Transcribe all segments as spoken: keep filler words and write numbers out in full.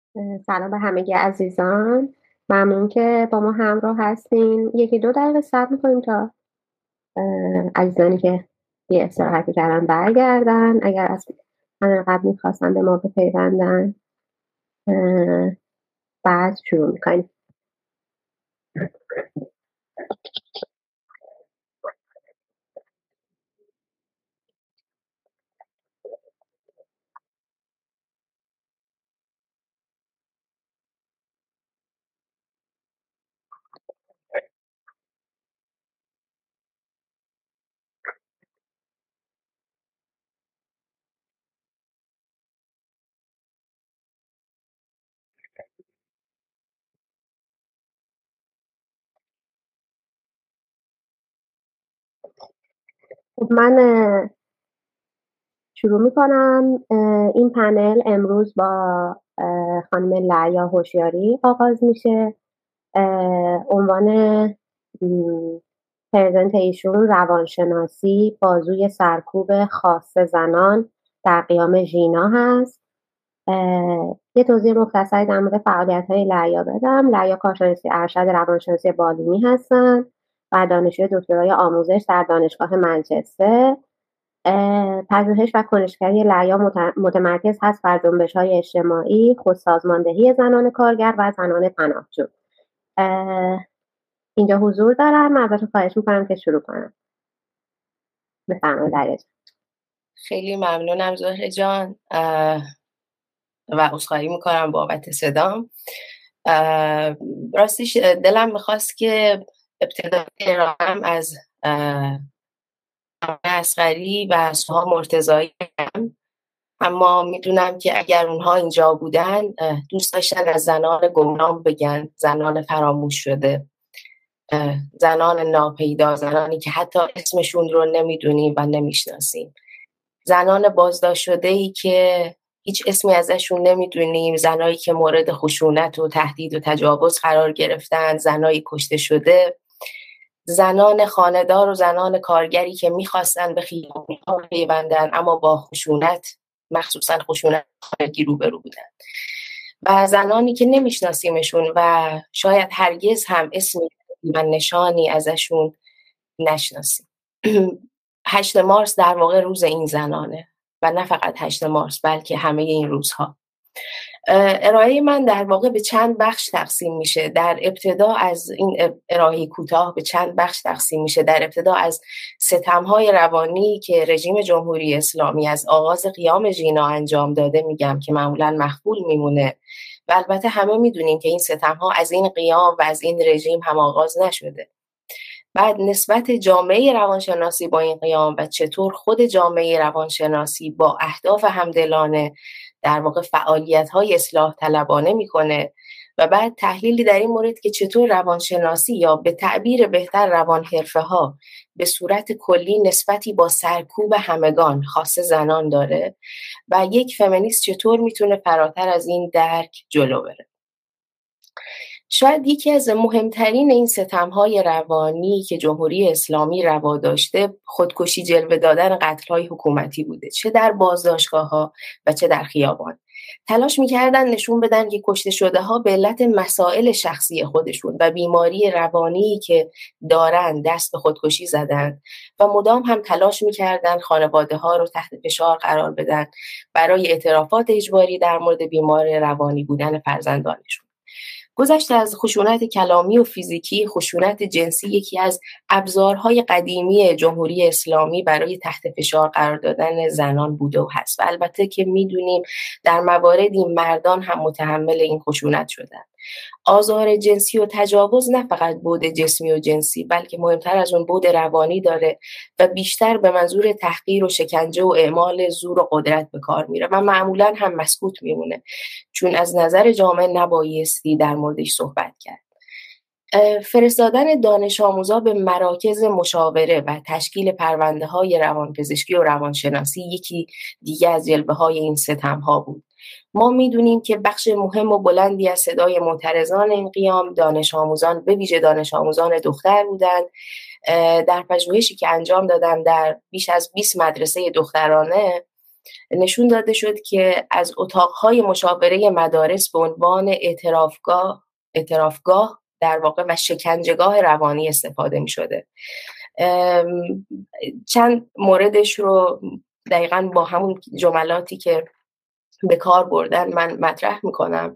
سلام به همگی عزیزان. ممنون که با ما همراه هستین. یکی دو دقیقه صبر میکنیم تا اه، عزیزانی که یه استراحتی کردن برگردن. اگر از همه قبل میخواستن به ما بپیوندن، اه، بعد شروع میکنیم. خب من اه، شروع میکنم. این پنل امروز با اه، خانم لعیا هوشیاری آغاز میشه. اه، عنوان م، پرزنت ایشون روانشناسی بازوی سرکوب خاص زنان در قیام ژینا هست. اه، یه توضیح مختصری در مورد فعالیت های لعیا بدم. لعیا کارشناسی ارشد روانشناسی بالینی هستند و دانشجوی دکترای آموزش در دانشگاه منچستر. اه، پژوهش و کنشگری لعیا مت- متمرکز هست بر جنبش های اجتماعی، خودسازماندهی زنان کارگر و زنان پناهجو. اه، اینجا حضور دارم. من ازتون خواهش میکنم که شروع کنم. بفرمایید علیرضا. خیلی ممنونم زهره جان، اه، و عذرخواهی میکنم بابت صدام. اه، راستش دلم میخواست که ابتدا ارائهم از اه، اصغری و سوها مرتضایی هم، اما میدونم که اگر اونها اینجا بودن اه، دوست داشتن از زنان گمنام بگن، زنان فراموش شده، اه، زنان ناپیدا، زنانی که حتی اسمشون رو نمیدونیم و نمیشناسیم، زنان بازداشت شده ای که هیچ اسمی ازشون نمیدونیم، زنایی که مورد خشونت و تهدید و تجاوز قرار گرفتن، زنایی کشته شده، زنان خانه‌دار و زنان کارگری که میخواستن به خیابون‌ها پیوندن اما با خشونت، مخصوصا خشونت خانگی روبرو بودن، و زنانی که نمیشناسیمشون و شاید هرگز هم اسمی و نشانی ازشون نشناسیم. هشت مارس در واقع روز این زنانه و نه فقط هشت مارس بلکه همه این روزها. ارائه من در واقع به چند بخش تقسیم میشه. در ابتدا از این ارائه کوتاه به چند بخش تقسیم میشه. در ابتدا از ستم‌های روانی که رژیم جمهوری اسلامی از آغاز قیام ژینا انجام داده میگم که معمولا مخفول میمونه و البته همه میدونیم که این ستم‌ها از این قیام و از این رژیم هم آغاز نشده. بعد نسبت جامعه روانشناسی با این قیام و چطور خود جامعه روانشناسی با اهداف همدلانه در واقع فعالیت‌های اصلاح طلبانه میکنه و بعد تحلیلی در این مورد که چطور روانشناسی یا به تعبیر بهتر روان حرفه ها به صورت کلی نسبتی با سرکوب همگان خاص زنان داره و یک فمینیست چطور میتونه فراتر از این درک جلو بره. شاید یکی از مهمترین این ستم‌های روانی که جمهوری اسلامی روا داشته خودکشی جلوه دادن قتل‌های حکومتی بوده، چه در بازداشتگاه‌ها و چه در خیابان. تلاش می‌کردن نشون بدن که کشته شده‌ها به علت مسائل شخصی خودشون و بیماری روانی که دارن دست به خودکشی زدن و مدام هم تلاش می‌کردن خانواده‌ها رو تحت فشار قرار بدن برای اعترافات اجباری در مورد بیمار روانی بودن فرزندانشون. گذشته از خشونت کلامی و فیزیکی، خشونت جنسی یکی از ابزارهای قدیمی جمهوری اسلامی برای تحت فشار قرار دادن زنان بوده و هست و البته که میدونیم در مواردی مردان هم متحمل این خشونت شدن. آزار جنسی و تجاوز نه فقط بعد جسمی و جنسی بلکه مهمتر از اون بعد روانی داره و بیشتر به منظور تحقیر و شکنجه و اعمال زور و قدرت به کار میره و معمولا هم مسکوت میمونه، چون از نظر جامعه نبایستی در موردش صحبت کرد. فرستادن دانش آموزا به مراکز مشاوره و تشکیل پرونده های روانپزشکی و روانشناسی یکی دیگه از جلوه های این ستم ها بود. ما میدونیم که بخش مهم و بلندی از صدای معترضان این قیام دانش آموزان، به ویژه دانش آموزان دختر بودند. در پژوهشی که انجام دادم در بیش از بیست مدرسه دخترانه نشون داده شد که از اتاقهای مشاوره مدارس به عنوان اعترافگاه اعترافگاه در واقع و شکنجهگاه روانی استفاده می شده. چند موردش رو دقیقاً با همون جملاتی که به کار بردن من مطرح میکنم.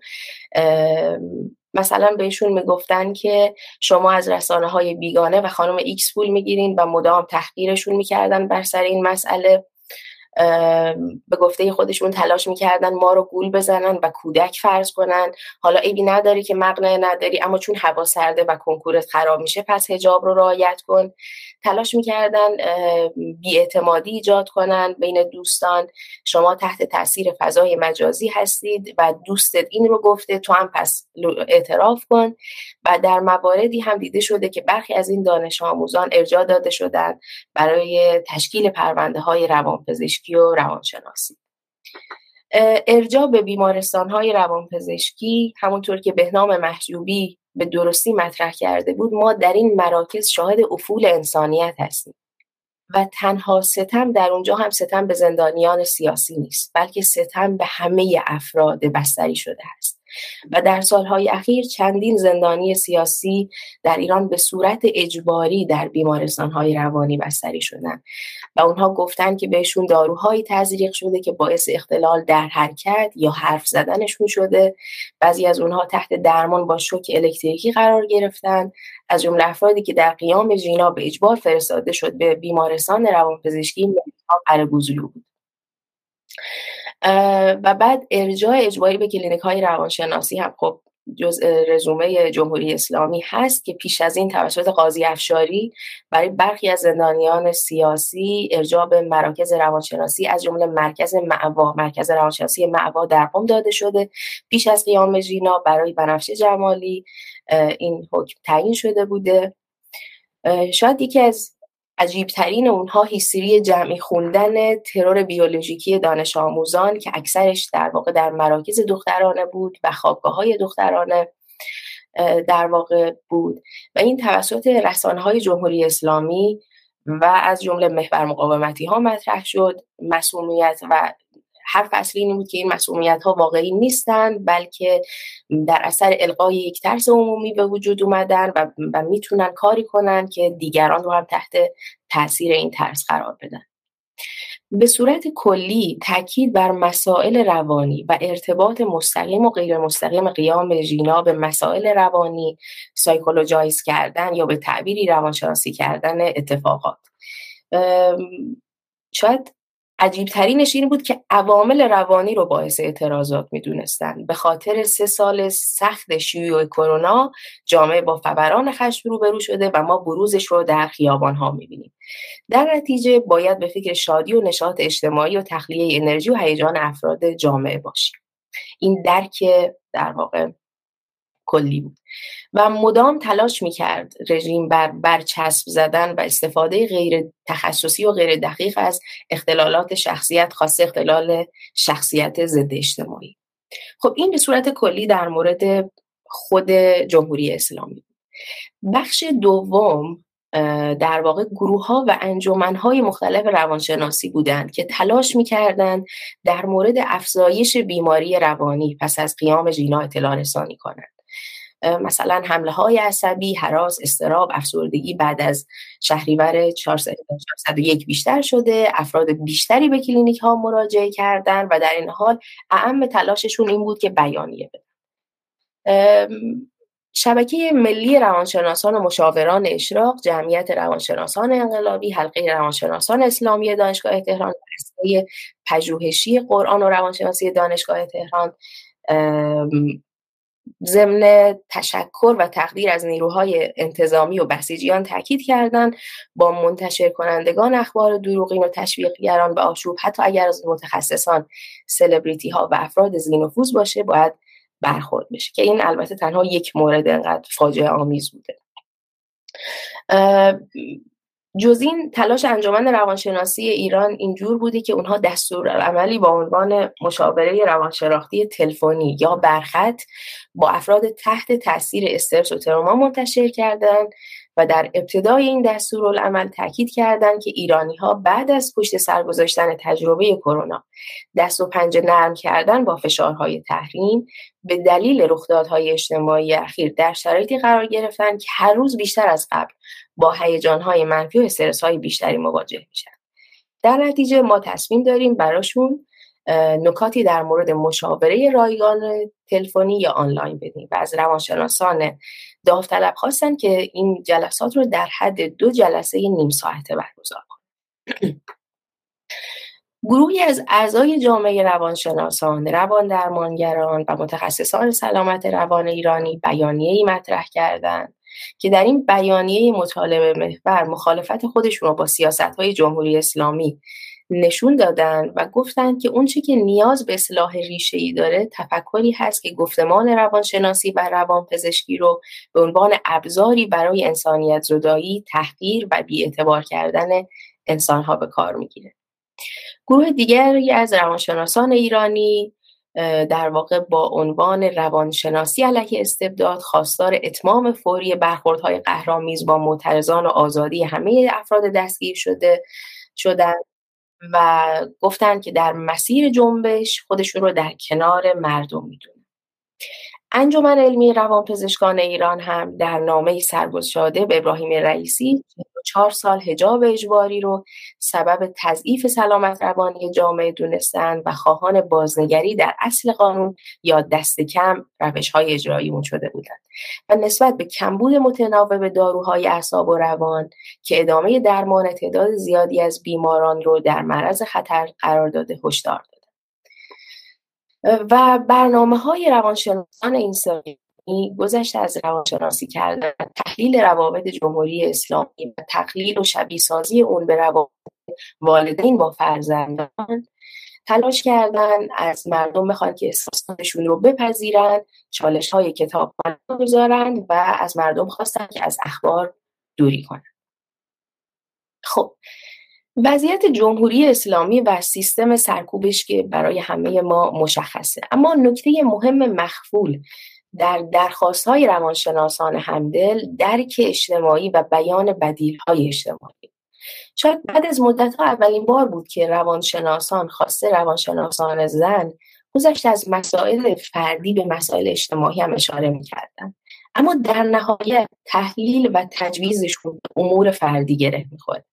مثلا بهشون میگفتن که شما از رسانه های بیگانه و خانم ایکس پول میگیرین و مدام تحقیرشون میکردن بر سر این مسئله. به گفته خودشون تلاش میکردن ما رو گول بزنن و کودک فرض کنن. حالا عیبی نداری که مقنعه نداری، اما چون هوا سرده و کنکورت خراب میشه پس حجاب رو رعایت کن. تلاش میکردن بی‌اعتمادی ایجاد کنن بین دوستان. شما تحت تاثیر فضای مجازی هستید و دوستت این رو گفته، تو هم پس اعتراف کن. و در مواردی هم دیده شده که برخی از این دانش آموزان ارجاع داده شدن برای تشکیل پرونده های روانپزشکی و روانشناسی. ارجاع به بیمارستان‌های روانپزشکی، همونطور که بهنام محجوبی به درستی مطرح کرده بود، ما در این مراکز شاهد افول انسانیت هستیم و تنها ستم در اونجا هم ستم به زندانیان سیاسی نیست، بلکه ستم به همه افراد بستری شده است. و در سالهای اخیر چندین زندانی سیاسی در ایران به صورت اجباری در بیمارستان‌های روانی بستری شدن و اونها گفتن که بهشون داروهایی تزریق شده که باعث اختلال در حرکت یا حرف زدنشون شده. بعضی از اونها تحت درمان با شوک الکتریکی قرار گرفتن، از جمله افرادی که در قیام ژینا به اجبار فرستاده شد به بیمارستان روانپزشکی ملیحا قره‌گوزلو بود. و بعد ارجاع اجباری به کلینیک‌های روانشناسی هم خب جزء رزومه جمهوری اسلامی هست که پیش از این توسط قاضی افشاری برای برخی از زندانیان سیاسی ارجاع به مراکز روانشناسی از جمله مرکز معوا مرکز روانشناسی معوا در قم داده شده. پیش از قیام ژینا برای بنفشه جمالی این حکم تعیین شده بوده. شاید یکی از عجیبترین اونها هیستری جمعی خوندن ترور بیولوژیکی دانش آموزان که اکثرش در واقع در مراکز دخترانه بود و خوابگاه‌های دخترانه در واقع بود و این توسط رسانه‌های جمهوری اسلامی و از جمله محور مقاومتی ها مطرح شد. مسئولیت و حرف اصلی این بود که این مسئولیت ها واقعی نیستند، بلکه در اثر القای یک ترس عمومی به وجود اومدن و, و میتونن کاری کنن که دیگران رو هم تحت تاثیر این ترس قرار بدن. به صورت کلی تاکید بر مسائل روانی و ارتباط مستقیم و غیر مستقیم قیام ژینا به مسائل روانی، سایکولوژایز کردن یا به تعبیری روانشناسی کردن اتفاقات. شاید عجیب ترینش این بود که عوامل روانی رو باعث اعتراضات میدونستن. به خاطر سه سال سخت شیوع کرونا جامعه با فوران خشم روبرو شده و ما بروزش رو در خیابان ها میبینیم. در نتیجه باید به فکر شادی و نشاط اجتماعی و تخلیه انرژی و هیجان افراد جامعه باشیم. این درک در واقع کلی بود و مدام تلاش میکرد رژیم بر برچسب زدن و استفاده غیر تخصصی و غیر دقیق از اختلالات شخصیت، خاصه اختلال شخصیت ضد اجتماعی. خب این به صورت کلی در مورد خود جمهوری اسلامی بود. بخش دوم در واقع گروه‌ها و انجمن‌های مختلف روانشناسی بودند که تلاش می‌کردند در مورد افزایش بیماری روانی پس از قیام ژینا اطلاع رسانی کنند. مثلا حمله های عصبی، هراس، اضطراب، افسردگی بعد از شهریور چهارصد و یک بیشتر شده، افراد بیشتری به کلینیک ها مراجعه کردن و در این حال اعم تلاششون این بود که بیانیه بدن. شبکه ملی روانشناسان و مشاوران اشراق، جمعیت روانشناسان انقلابی، حلقه روانشناسان اسلامی دانشگاه تهران، رشته پژوهشی قرآن و روانشناسی دانشگاه تهران ضمن تشکر و تقدیر از نیروهای انتظامی و بسیجیان تاکید کردند با منتشر کنندگان اخبار دروغین و تشویقگران به آشوب، حتی اگر از متخصصان، سلبریتی ها و افراد ذی‌نفوذ باشه، باید برخورد بشه، که این البته تنها یک مورد انقدر فاجعه آمیز بوده. جز این تلاش انجمن روانشناسی ایران اینجور بودی که اونها دستورالعملی با عنوان مشاوره روانشناختی تلفنی یا برخط با افراد تحت تاثیر استرس و تروما منتشر کردند و در ابتدای این دستورالعمل تاکید کردند که ایرانی‌ها بعد از پشت سر گذاشتن تجربه کرونا دست و پنجه نرم کردن با فشارهای تحریم به دلیل رخدادهای اجتماعی اخیر در شرایطی قرار گرفتن که هر روز بیشتر از قبل با هیجان‌های منفی و استرس‌های بیشتری مواجه میشن. در نتیجه ما تصمیم داریم براشون نکاتی در مورد مشاوره رایگان تلفنی یا آنلاین بدیم و از روانشناسان داوطلب خواستن که این جلسات رو در حد دو جلسه نیم ساعته برگزار کنیم. گروهی از اعضای جامعه روانشناسان، روان درمانگران و متخصصان سلامت روان ایرانی بیانیه‌ای مطرح کردند که در این بیانیه مطالبه محور مخالفت خودشون رو با سیاست‌های جمهوری اسلامی نشون دادن و گفتند که اون چی که نیاز به اصلاح ریشه‌ای داره تفکری هست که گفتمان روانشناسی و روانپزشکی رو به عنوان ابزاری برای انسانیت زدایی، تحقیر و بی‌اعتبار کردن انسان‌ها به کار میگیره. گروه دیگری از روانشناسان ایرانی در واقع با عنوان روانشناسی علیه استبداد خواستار اتمام فوری برخوردهای قهرآمیز با معترضان و آزادی همه افراد دستگیر شده شدند و گفتند که در مسیر جنبش خودشون رو در کنار مردم میدونن. انجمن علمی روانپزشکان ایران هم در نامه‌ای سرگشاده به ابراهیم رئیسی چهار سال حجاب اجباری رو سبب تضعیف سلامت روانی جامعه دونستند و خواهان بازنگری در اصل قانون یا دست کم روش‌های اجرایی اون شده بودند و نسبت به کمبود متناوب داروهای اعصاب و روان که ادامه درمان تعداد زیادی از بیماران رو در معرض خطر قرار داده هشدار دادند. و برنامه‌های روانشناسان این سالی گذشته از روانشناسی کردن، تحلیل روابط جمهوری اسلامی و تقلیل و شبیه سازی اون به روابط والدین با فرزندان تلاش کردن از مردم بخوان که احساساتشون رو بپذیرن، چالش‌های کتابخوانی بگذارن و از مردم خواستن که از اخبار دوری کنن. خب وضعیت جمهوری اسلامی و سیستم سرکوبش که برای همه ما مشخصه، اما نکته مهم مخفول در درخواست‌های روانشناسان همدل درک اجتماعی و بیان بدیل‌های اجتماعی. شاید بعد از مدت‌ها اولین بار بود که روانشناسان خاصه روانشناسان زن گذشته از مسائل فردی به مسائل اجتماعی هم اشاره می‌کردند، اما در نهایت تحلیل و تجویزشون به امور فردی گره می‌خوره.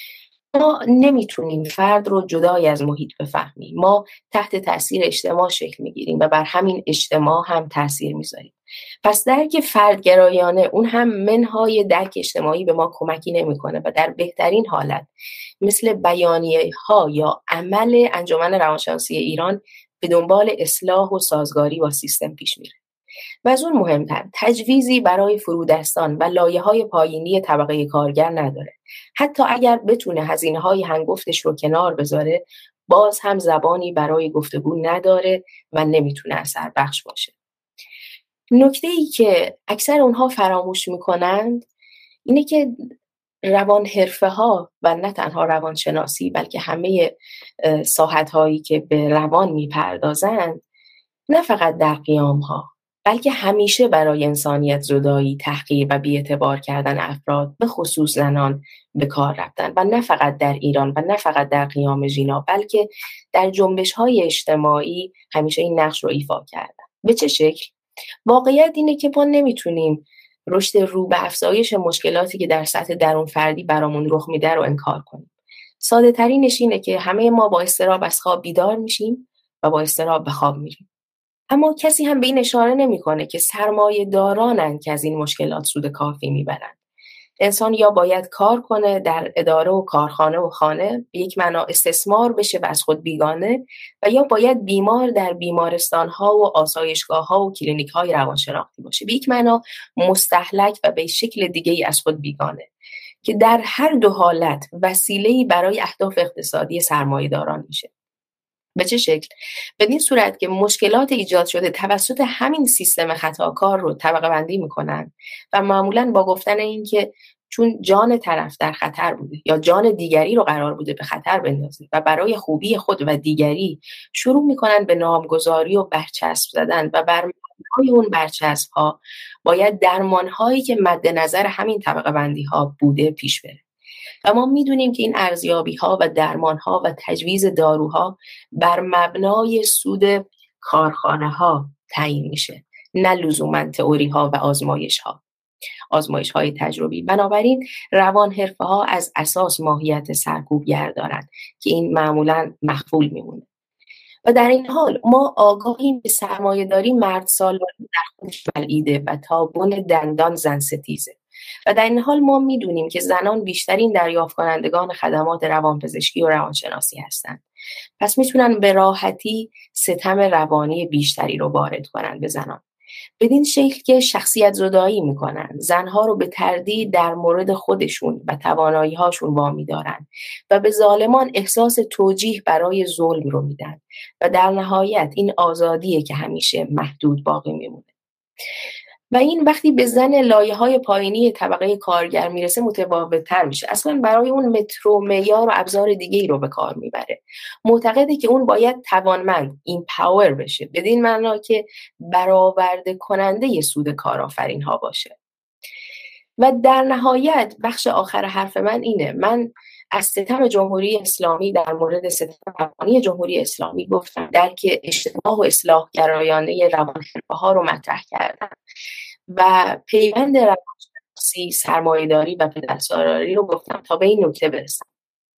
ما نمیتونیم فرد رو جدای از محیط بفهمیم. ما تحت تاثیر اجتماع شکل میگیریم و بر همین اجتماع هم تاثیر میذاریم. پس درک فردگرایانه اون هم منهای درک اجتماعی به ما کمکی نمیکنه و در بهترین حالت مثل بیانیه ها یا عمل انجمن روانشناسی ایران به دنبال اصلاح و سازگاری با سیستم پیش میره. و از اون مهمتر تجویزی برای فرودستان و لایه‌های پایینی طبقه کارگر نداره. حتی اگر بتونه هزینه‌های هنگفتش رو کنار بذاره، باز هم زبانی برای گفتگو نداره و نمیتونه اثر بخش باشه. نکته‌ای که اکثر اونها فراموش میکنند اینه که روان حرفه‌ها و نه تنها روانشناسی بلکه همه ساحت‌هایی که به روان میپردازند نه فقط در قیام‌ها بلکه همیشه برای انسانیت زدایی، تحقیر و بی‌اعتبار کردن افراد به خصوص زنان به کار رفتن و نه فقط در ایران و نه فقط در قیام ژینا بلکه در جنبش‌های اجتماعی همیشه این نقش رو ایفا کردن. به چه شکل؟ واقعیت اینه که ما نمیتونیم رشد رو به افزایش مشکلاتی که در سطح درون فردی برامون رخ میده رو انکار کنیم. ساده ترینش اینه که همه ما با اضطراب از خواب بیدار میشیم و با اضطراب به خواب میریم. اما کسی هم به این اشاره نمیکنه که سرمایه دارانن که از این مشکلات سود کافی میبرن. انسان یا باید کار کنه در اداره و کارخانه و خانه به یک معنا استثمار بشه و از خود بیگانه و یا باید بیمار در بیمارستان‌ها و آسایشگاه‌ها و کلینیک‌های روانشناختی باشه به یک معنا مستهلک و به شکل دیگه‌ای از خود بیگانه که در هر دو حالت وسیله‌ای برای اهداف اقتصادی سرمایه‌داران میشه. به چه شکل؟ بدین صورت که مشکلات ایجاد شده توسط همین سیستم خطاکار رو طبقه بندی میکنن و معمولاً با گفتن این که چون جان طرف در خطر بوده یا جان دیگری رو قرار بوده به خطر بندازه و برای خوبی خود و دیگری شروع میکنن به نامگذاری و برچسب زدن و بر های اون برچسب ها باید درمان هایی که مد نظر همین طبقه بندی ها بوده پیش بره. و ما میدونیم که این ارزیابی ها و درمان ها و تجویز داروها بر مبنای سود کارخانه ها تعیین میشه، نه لزوما تئوری ها و آزمایش ها آزمایش های تجربی. بنابراین روان حرفه ها از اساس ماهیت سرکوبگر دارند که این معمولا مخفول میمونه. و در این حال ما آگاهیم که سرمایه داری مرد سالاری در خودش بلعیده و تابون دندان زن ستیزه. و در این حال ما میدونیم که زنان بیشترین دریافت کنندگان خدمات روانپزشکی و روانشناسی هستند. پس میتونن به راحتی ستم روانی بیشتری رو وارد کنن به زنان. بدین شکل که شخصیت زدایی میکنن، زنها رو به تردید در مورد خودشون و توانایی هاشون وامی دارن و به ظالمان احساس توجیه برای ظلم رو میدن و در نهایت این آزادیه که همیشه محدود باقی میمونه. و این وقتی به زن لایه‌های پایینی طبقه کارگر میرسه متفاوت‌تر میشه. اصلا برای اون متر و معیار و ابزار دیگه‌ای رو به کار میبره. معتقده که اون باید توانمند، این پاور بشه، بدین معنا که برآورده کننده سود کارآفرین ها باشه. و در نهایت بخش آخر حرف من اینه: من از ستم جمهوری اسلامی در مورد ستم روانی جمهوری اسلامی گفتم، درک اشتباه و اصلاح گرایانه روانحرفه ها رو مطرح کردم و پیوند روانشناسی، سرمایه‌داری و پدرسالاری رو گفتم تا به این نکته برسم.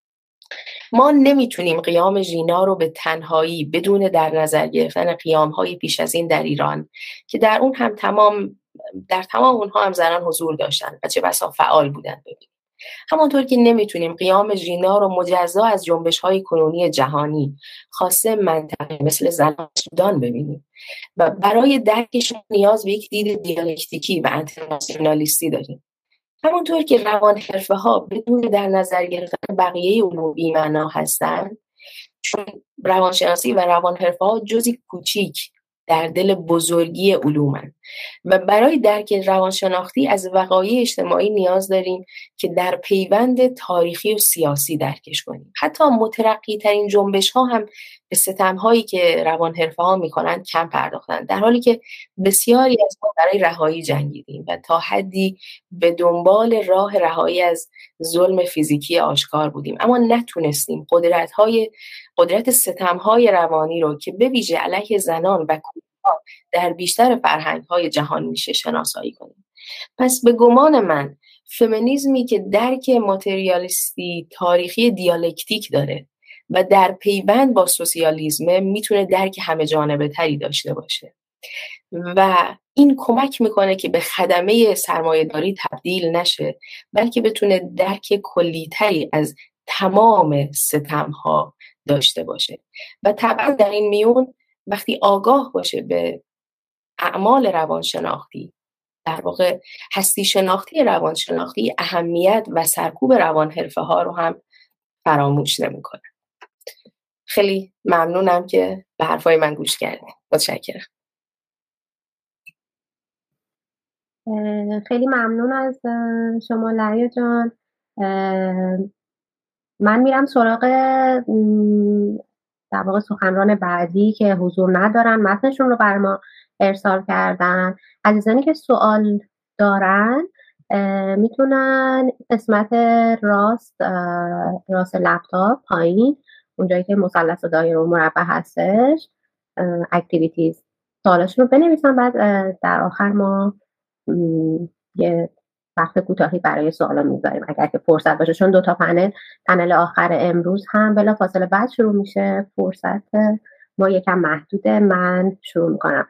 ما نمیتونیم قیام ژینا رو به تنهایی بدون در نظر گرفتن قیام‌های پیش از این در ایران که در اون هم تمام در تمام اونها هم زنان حضور داشتن و چه بسا فعال بودن ببینیم. همانطور که نمیتونیم قیام ژینا رو مجزا از جنبش‌های کنونی جهانی خاصه منطقه مثل زنان سودان ببینیم و برای درکش نیاز به یک دید دیالکتیکی و انترناسیونالیستی داریم. همونطور که روان حرفه ها بدون در نظر گرفتن بقیه علوم بی‌معنا هستند، چون روانشناسی و روان حرفه ها جزئی کوچیک در دل بزرگی علومن و برای درک روانشناختی از وقایع اجتماعی نیاز داریم که در پیوند تاریخی و سیاسی درکش کنیم. حتی مترقی ترین جنبش ها هم به ستم هایی که روان حرفه ها می کنند کم پرداختند، در حالی که بسیاری از ما برای رهایی جنگیدیم و تا حدی به دنبال راه رهایی از ظلم فیزیکی آشکار بودیم، اما نتونستیم قدرت های قدرت ستم های روانی رو که به ویژه علیه زنان و کودکان در بیشتر فرهنگ های جهان میشه شناسایی کنیم. پس به گمان من فمینیسمی که درک ماتریالیستی تاریخی دیالکتیک داره و در پیوند با سوسیالیسم میتونه درک همه جانبه تری داشته باشه و این کمک میکنه که به خدمه سرمایه‌داری تبدیل نشه، بلکه بتونه درک کلی‌تری از تمام ستم‌ها داشته باشه. و طبعا در این میون وقتی آگاه باشه به اعمال روانشناختی، در واقع هستی شناختی روانشناختی، اهمیت و سرکوب روان حرفه ها رو هم فراموش نمی‌کنه. خیلی ممنونم که به حرفای من گوش کردید. متشکرم. خیلی ممنون از شما لعیا جان. من میرم سراغ در واقع سخنران بعدی که حضور ندارن، متنشون رو بر ما ارسال کردن. عزیزانی که سوال دارن میتونن قسمت راست راست لپتاپ پایین اونجایی که مثلث و دایره و مربع هستش اکتیویتیز سوالاشون رو بنویسن، بعد در آخر ما یه وقت کوتاهی برای سوالا میذاریم اگر که فرصت باشه، چون دو تا پنل پنل آخر امروز هم بلا فاصله بعد شروع میشه، فرصت ما یکم محدوده. من شروع میکنم.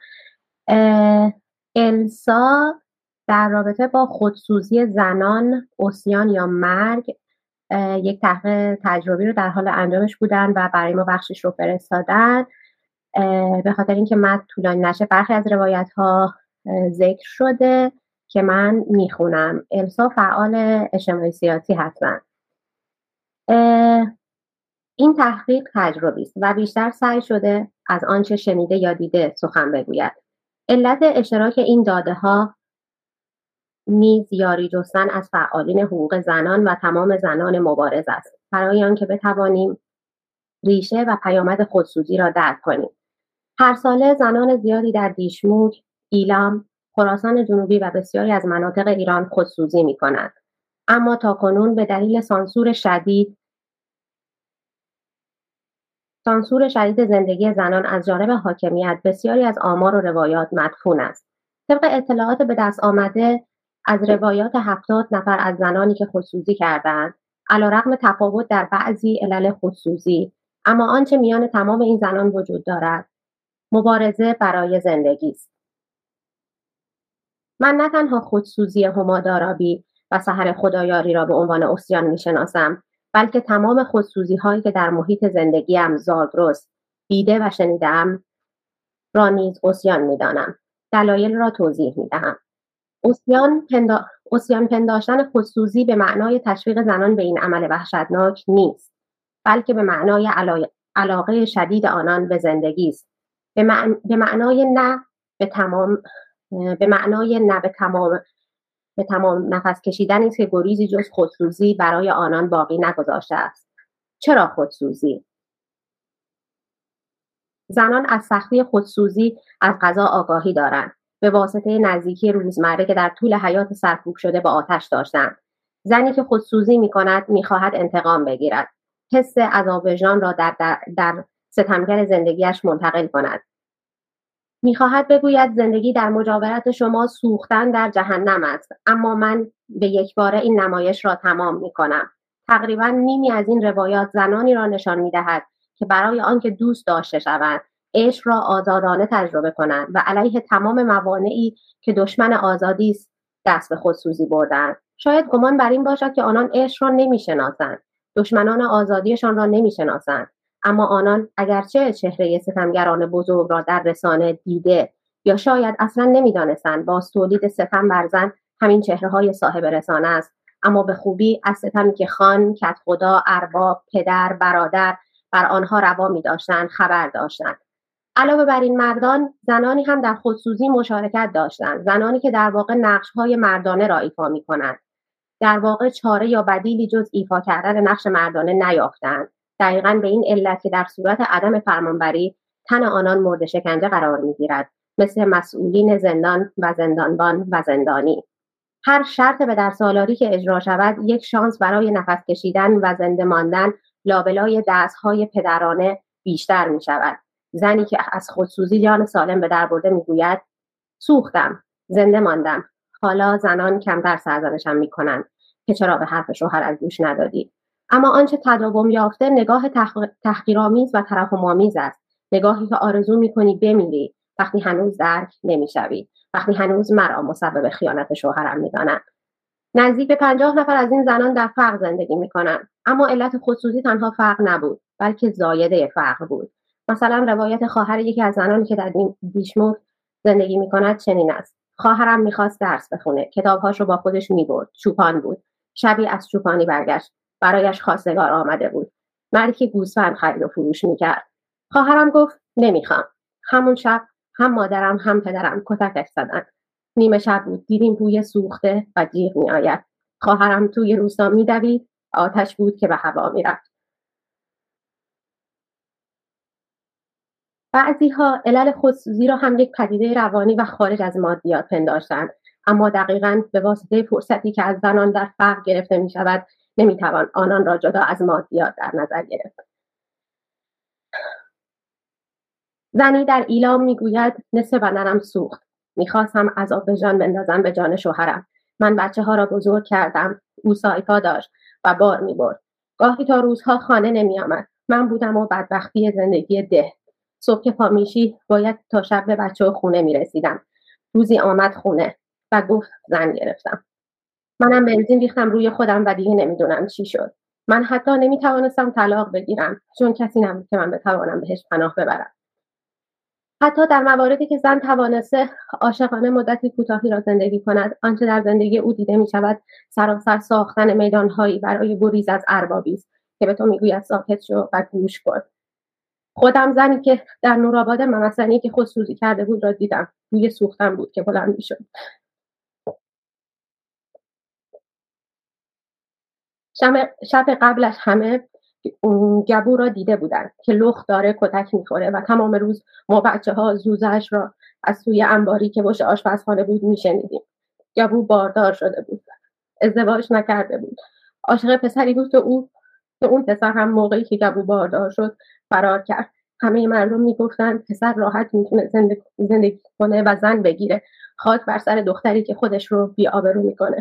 السا در رابطه با خودسوزی زنان، عصیان یا مرگ یک تحقیق تجربی رو در حال انجامش بودن و برای ما بخشش رو فرستادن. به خاطر اینکه من طولانی نشه برخی از روایت ها ذکر شده که من میخونم. السا فعال اجتماعی سیاسی هستن. این تحقیق تجربی است و بیشتر سعی شده از آنچه شنیده یا دیده سخن بگوید. علت اشتراک این داده ها نیز یاری جستن از فعالین حقوق زنان و تمام زنان مبارز است، برای آنکه بتوانیم ریشه و پیامد خودسوزی را درک کنیم. هر ساله زنان زیادی در دیشموک ایلام، خراسان جنوبی و بسیاری از مناطق ایران خودسوزی می‌کنند. اما تاکنون به دلیل سانسور شدید سانسور شدید زندگی زنان از جانب حاکمیت بسیاری از آمار و روایات مدفون است. طبق اطلاعات به دست آمده از روایات هفتاد نفر از زنانی که خودسوزی کردند، علیرغم تفاوت در بعضی علل خودسوزی، اما آنچه میان تمام این زنان وجود دارد مبارزه برای زندگی است. من نه تنها خودسوزی هما دارابی و سحر خدایاری را به عنوان عصیان میشناسم، بلکه تمام خودسوزی هایی که در محیط زندگیم زاگرس دیده و شنیدم را نیز عصیان میدانم. دلایل را توضیح میدهم. عصیان پندا... عصیان پنداشتن خودسوزی به معنای تشویق زنان به این عمل وحشتناک نیست، بلکه به معنای علا... علاقه شدید آنان به زندگی است. به, معنای... به معنای نه به تمام به معنای نه به تمام به تمام نفس کشیدنی است که گریزی جز خودسوزی برای آنان باقی نگذاشته است. چرا خودسوزی؟ زنان از سختی خودسوزی از قضا آگاهی دارند، به واسطه نزدیکی روزمره که در طول حیات سرکوب شده با آتش داشتند. زنی که خودسوزی می کند می خواهد انتقام بگیرد، حس عذاب وجدان را در, در, در ستمگر زندگیش منتقل کند. میخواهد بگوید زندگی در مجاورت شما سوختن در جهنم است، اما من به یک باره این نمایش را تمام میکنم. تقریبا نیمی از این روایات زنانی را نشان میدهد که برای آنکه دوست داشته شوند، عشق را آزادانه تجربه کنند و علیه تمام موانعی که دشمن آزادی است دست به خودسوزی بردند. شاید گمان بر این باشد که آنان عشق را نمیشناسند، دشمنان آزادیشان را نمیشناسند، اما آنان اگرچه چهره ستمگران بزرگ را در رسانه دیده یا شاید اصلا نمیدانستند باز تولید ستم بر زن همین چهره های صاحب رسانه است، اما به خوبی از ستمی که خان، کدخدا، ارباب، پدر، برادر بر آنها روا می داشتند خبر داشتند. علاوه بر این مردان، زنانی هم در خودسوزی مشارکت داشتند، زنانی که در واقع نقش‌های مردانه را ایفا می‌کنند. در واقع چاره یا بدیلی جز ایفا کردن نقش مردانه نیافتند. دقیقاً به این علت که در صورت عدم فرمانبری تن آنان مورد شکنجه قرار می‌گیرد، مثل مسئولین زندان و زندانبان و زندانی. هر شرط به در سالاری که اجرا شود یک شانس برای نفس کشیدن و زنده ماندن لابلای دست‌های پدرانه بیشتر می‌شود. زنی که از خودسوزی جان سالم به در برده میگوید سوختم، زنده ماندم. حالا زنان کمتر سرزنشم میکنند که چرا به حرف شوهرت گوش ندادی. اما آنچه تداوم یافته نگاه تحقیرآمیز و ترحم‌آمیز است، نگاهی که آرزو میکنی بمیری وقتی هنوز درک نمیشوی، وقتی هنوز مرا مسبب خیانت شوهرم میدانند. نزدیک به پنجاه نفر از این زنان در فقر زندگی میکنند، اما علت خودسوزی تنها فقر نبود، بلکه زایده فقر بود. مثلا روایت خواهر یکی از زنانی که در دیشمور زندگی میکند چنین است: خواهرم میخواست درس بخونه، کتابهاش رو با خودش میبرد، چوپان بود. شبی از چوپانی برگشت، برایش خواستگار آمده بود، مردی که گوسفند خرید و فروش میکرد. خواهرم گفت نمیخوام. همون شب هم مادرم هم پدرم کتکش زدن. نیمه شب بود، دیدیم بوی سوخته و جیغ میآید. خواهرم توی روستا میدوید، آتش بود که به هوا میرفت. بعضی‌ها علل خودسوزی را هم یک پدیده روانی و خارج از مادیات پنداشتند، اما دقیقاً به واسطه فرصتی که از زنان در فقر گرفته می شود نمیتوان آنان را جدا از مادیات در نظر گرفت. زنی در ایلام میگوید نصف بدنم سوخت، میخواستم عذاب وجدان بندازم به جان شوهرم. من بچه ها را بزرگ کردم، او سایپا داشت و بار میبرد. گاهی تا روزها خانه نمیآمد. من بودم و بدبختی زندگی ده. صبح که پا میشی باید تا شب به بچه ها خونه میرسیدم. روزی آمد خونه و گفت زن گرفتم. منم بنزین ریختم روی خودم و دیگه نمیدونم چی شد. من حتی نمیتوانستم طلاق بگیرم چون کسی نبود که من بتوانم بهش پناه ببرم. حتی در مواردی که زن توانسته عاشقانه مدتی کوتاهی را زندگی کند، آنچه در زندگی او دیده می شود سراسر ساختن میدانهایی برای گریز از اربابی است که به تو میگوید ساکت شو و گوش کن. خودم زنی که در نورآباد ممسنی که خودسوزی کرده بود را دیدم. روی سوختن بود که بلند میشد. شب قبلش همه گبو را دیده بودند که لخت داره کتک میخوره و تمام روز ما بچه ها زوزش را از سوی انباری که پشت آشپزخانه بود میشنیدیم. گبو باردار شده بود، ازدواج نکرده بود، عاشق پسری بود که او که اون پسر هم موقعی که گبو باردار شد فرار کرد. همه مردم میگفتن پسر راحت میتونه زندگی, زندگی کنه و زن بگیره، خاک بر سر دختری که خودش رو بی آبرو میکنه.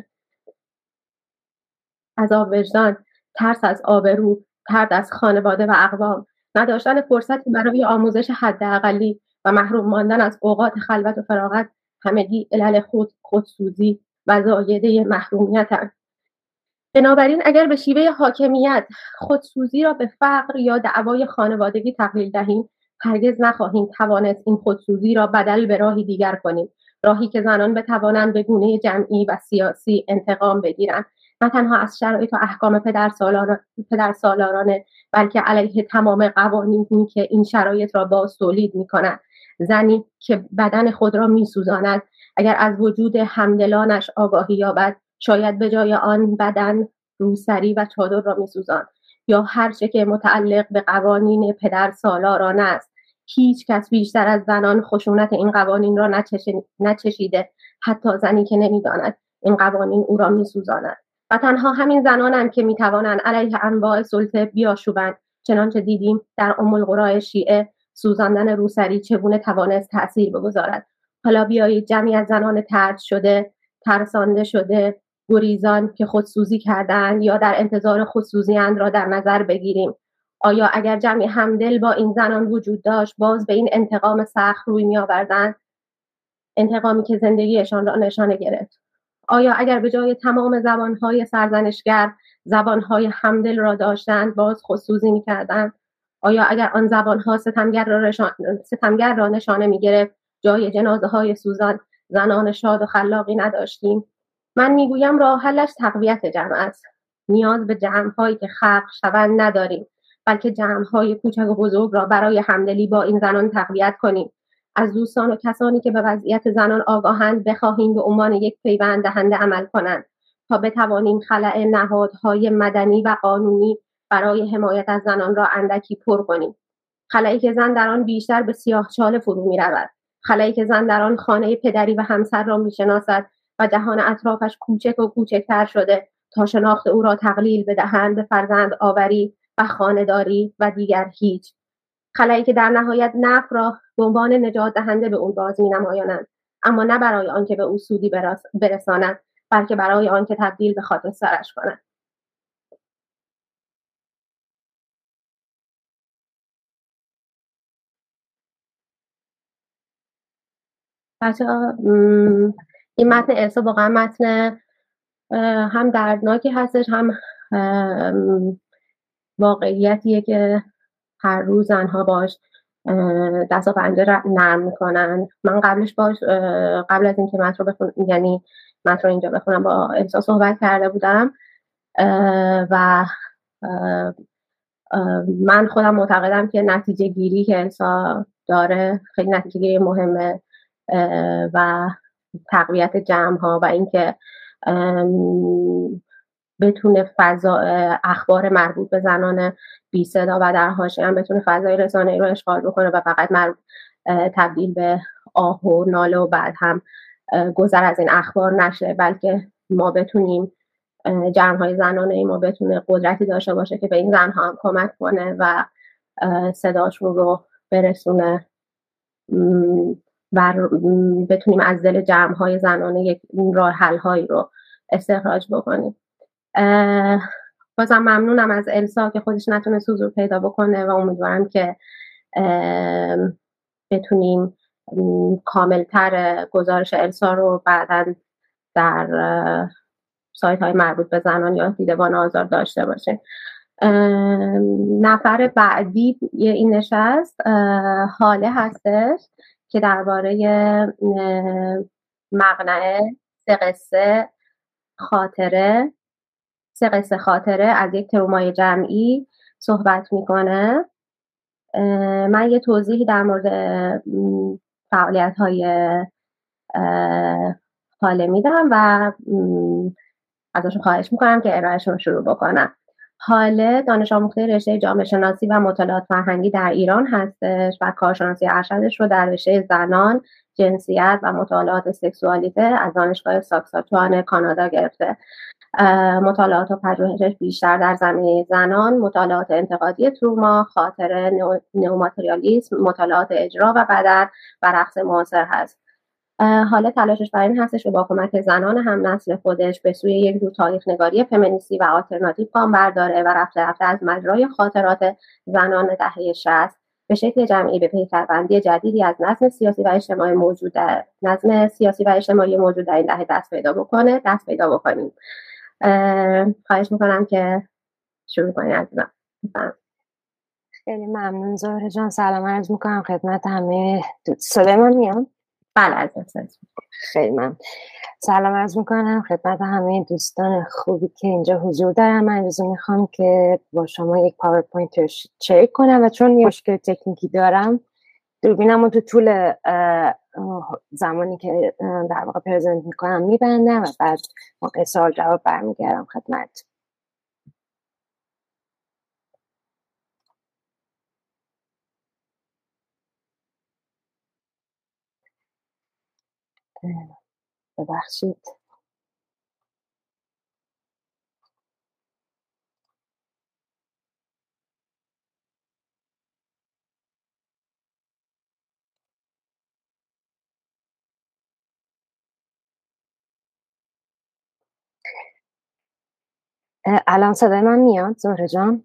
عذاب وجدان، ترس از آبرو، طرد از خانواده و اقوام، نداشتن فرصتی برای آموزش حداقلی و محروم ماندن از اوقات خلوت و فراغت، همگی علل خود خودسوزی و زایده محرومیت‌اند. بنابراین اگر به شیوه حاکمیت خودسوزی را به فقر یا دعوای خانوادگی تقلیل دهیم، هرگز نخواهیم توانست این خودسوزی را بدل به راهی دیگر کنیم، راهی که زنان بتوانند به گونه جمعی و سیاسی انتقام بگیرند، نه تنها از شرایط و احکام پدرسالارانه، بلکه علیه تمام قوانینی که این شرایط را باز تولید می‌کنند. زنی که بدن خود را می‌سوزاند اگر از وجود همدلانش آگاهی یابد، شاید به جای آن بدن، روسری و چادر را می‌سوزاند یا هر چه که متعلق به قوانین پدرسالارانه است. هیچ کس بیشتر از زنان خشونت این قوانین را نچشیده، حتی زنی که نمی‌داند این قوانین او را می‌سوزاند. و تنها همین زنانند که می‌توانند علیه انواع سلطه بیاشوبند، چنانچه دیدیم در ام القری شیعه سوزاندن روسری چگونه توانست تأثیر بگذارد. حالا بیایید جمعی از زنان طرد شده، ترسانده شده، گریزان که خودسوزی کردند یا در انتظار خودسوزی‌اند را در نظر بگیریم. آیا اگر جمعی همدل با این زنان وجود داشت، باز به این انتقام سخت روی می‌آوردند؟ انتقامی که زندگیشان را نشانه گرفت. آیا اگر به جای تمام زبانهای سرزنشگر زبانهای همدل را داشتند، باز خودسوزی می‌کردند؟ آیا اگر آن زبانها ستمگر را, رشان... ستمگر را نشانه می‌گرفت، جای جنازه های سوزان زنان شاد و خلاقی نداشتیم؟ من میگویم راه حلش تقویت جمع است. نیاز به جمع‌هایی که خلق شوند نداریم، بلکه جمع‌های کوچک و بزرگ را برای همدلی با این زنان تقویت کنیم. از دوستان و کسانی که به وضعیت زنان آگاهند بخواهیم به عنوان یک پیوند دهنده عمل کنند تا بتوانیم خلأ نهادهای مدنی و قانونی برای حمایت از زنان را اندکی پر کنیم. خلایی که زن در آن بیشتر به سیاهچاله فرو می‌رود، خلایی که زن در آن خانه پدری و همسر را می‌شناسد و جهان اطرافش کوچک و کوچکتر شده تا شناخت او را تقلیل بدهند به فرزند آوری و خانه‌داری و دیگر هیچ. خلایی که در نهایت نفع را به عنوان نجات دهنده به اون باز می‌نمایانند، اما نه برای آنکه به او سودی برساند، بلکه برای آنکه تبدیل به خاک سرش کنند. بچه‌ها این متن السا واقعا متن هم دردناکی هستش، هم واقعیتیه که هر روز زنها باش دست و پنجه نرم میکنن. من قبلش باش قبل از اینکه متن رو بخونم، یعنی متن رو اینجا بخونم، با السا صحبت کرده بودم و من خودم معتقدم که نتیجه گیری که السا داره خیلی نتیجه گیری مهمه و تقویت جمع ها و اینکه بتونه فضا اخبار مربوط به زنان بی صدا و در حاشیه هم بتونه فضای رسانه‌ای رو اشغال بکنه و فقط مربوط تبدیل به آه و ناله و بعد هم گذر از این اخبار نشه، بلکه ما بتونیم جمع‌های زنانه ما بتونه قدرتی داشته باشه که به این زنها هم کمک کنه و صداشون رو برسونه و بتونیم از دل جمع‌های زنانه یک راه حل‌هایی رو استخراج بکنیم. بازم ممنونم از السا که خودش نتونست حضور پیدا بکنه و امیدوارم که بتونیم کاملتر گزارش السا رو بعداً در سایت های مربوط به زنان یا دیدبان آزار داشته باشیم. نفر بعدی این نشست حاله هستش که درباره مقنعه سه قصه خاطره سه قصه خاطره از یک ترومای جمعی صحبت میکنه. من یه توضیحی در مورد فعالیت های حاله میدم و ازشون خواهش میکنم که ارائهشون رو شروع بکنم. حاله دانش آموخته رشته جامعه شناسی و مطالعات فرهنگی در ایران هستش و کارشناسی ارشدش رو در رشته زنان، جنسیت و مطالعات سکسوالیته از دانشگاه ساکساچوان کانادا گرفته. مطالعات و پژوهشش بیشتر در زمینه زنان، مطالعات انتقادی تروما، خاطره، نئوماتریالیسم، مطالعات اجرا و بدن و رقص معاصر هست. حالا تلاشش برای این هستش که با کمک زنان هم نسل خودش به سوی یک جور تاریخ نگاری فمینیستی و آلترناتیو گام برداره و رفته رفته از مجرای خاطرات زنان دهه شصت به شکل جمعی به پیکربندی جدیدی از نظم سیاسی و اجتماعی موجود در نظم سیاسی و اجتماعی موجود در این دهه دست پیدا بکنه دست پیدا بکنیم. خواهش میکنم که شروع کنید عزیزم. خیلی ممنون زهره جان. سلام عرض میکنم خدمت همه. صدای من میاد؟ بله عزیزم. خیلی ممنون. سلام عرض میکنم خدمت همه دوستان خوبی که اینجا حضور دارن. من اجازه میخوام که با شما یک پاورپوینت رو شیر کنم و چون یه مشکل تکنیکی دارم دوربینم رو تو طول زمانی که در واقع پرزنت میکنم میبندم و بعد موقع سوال جواب برمیگردم خدمت. ببخشید. الان صدای من میاد زهره جان؟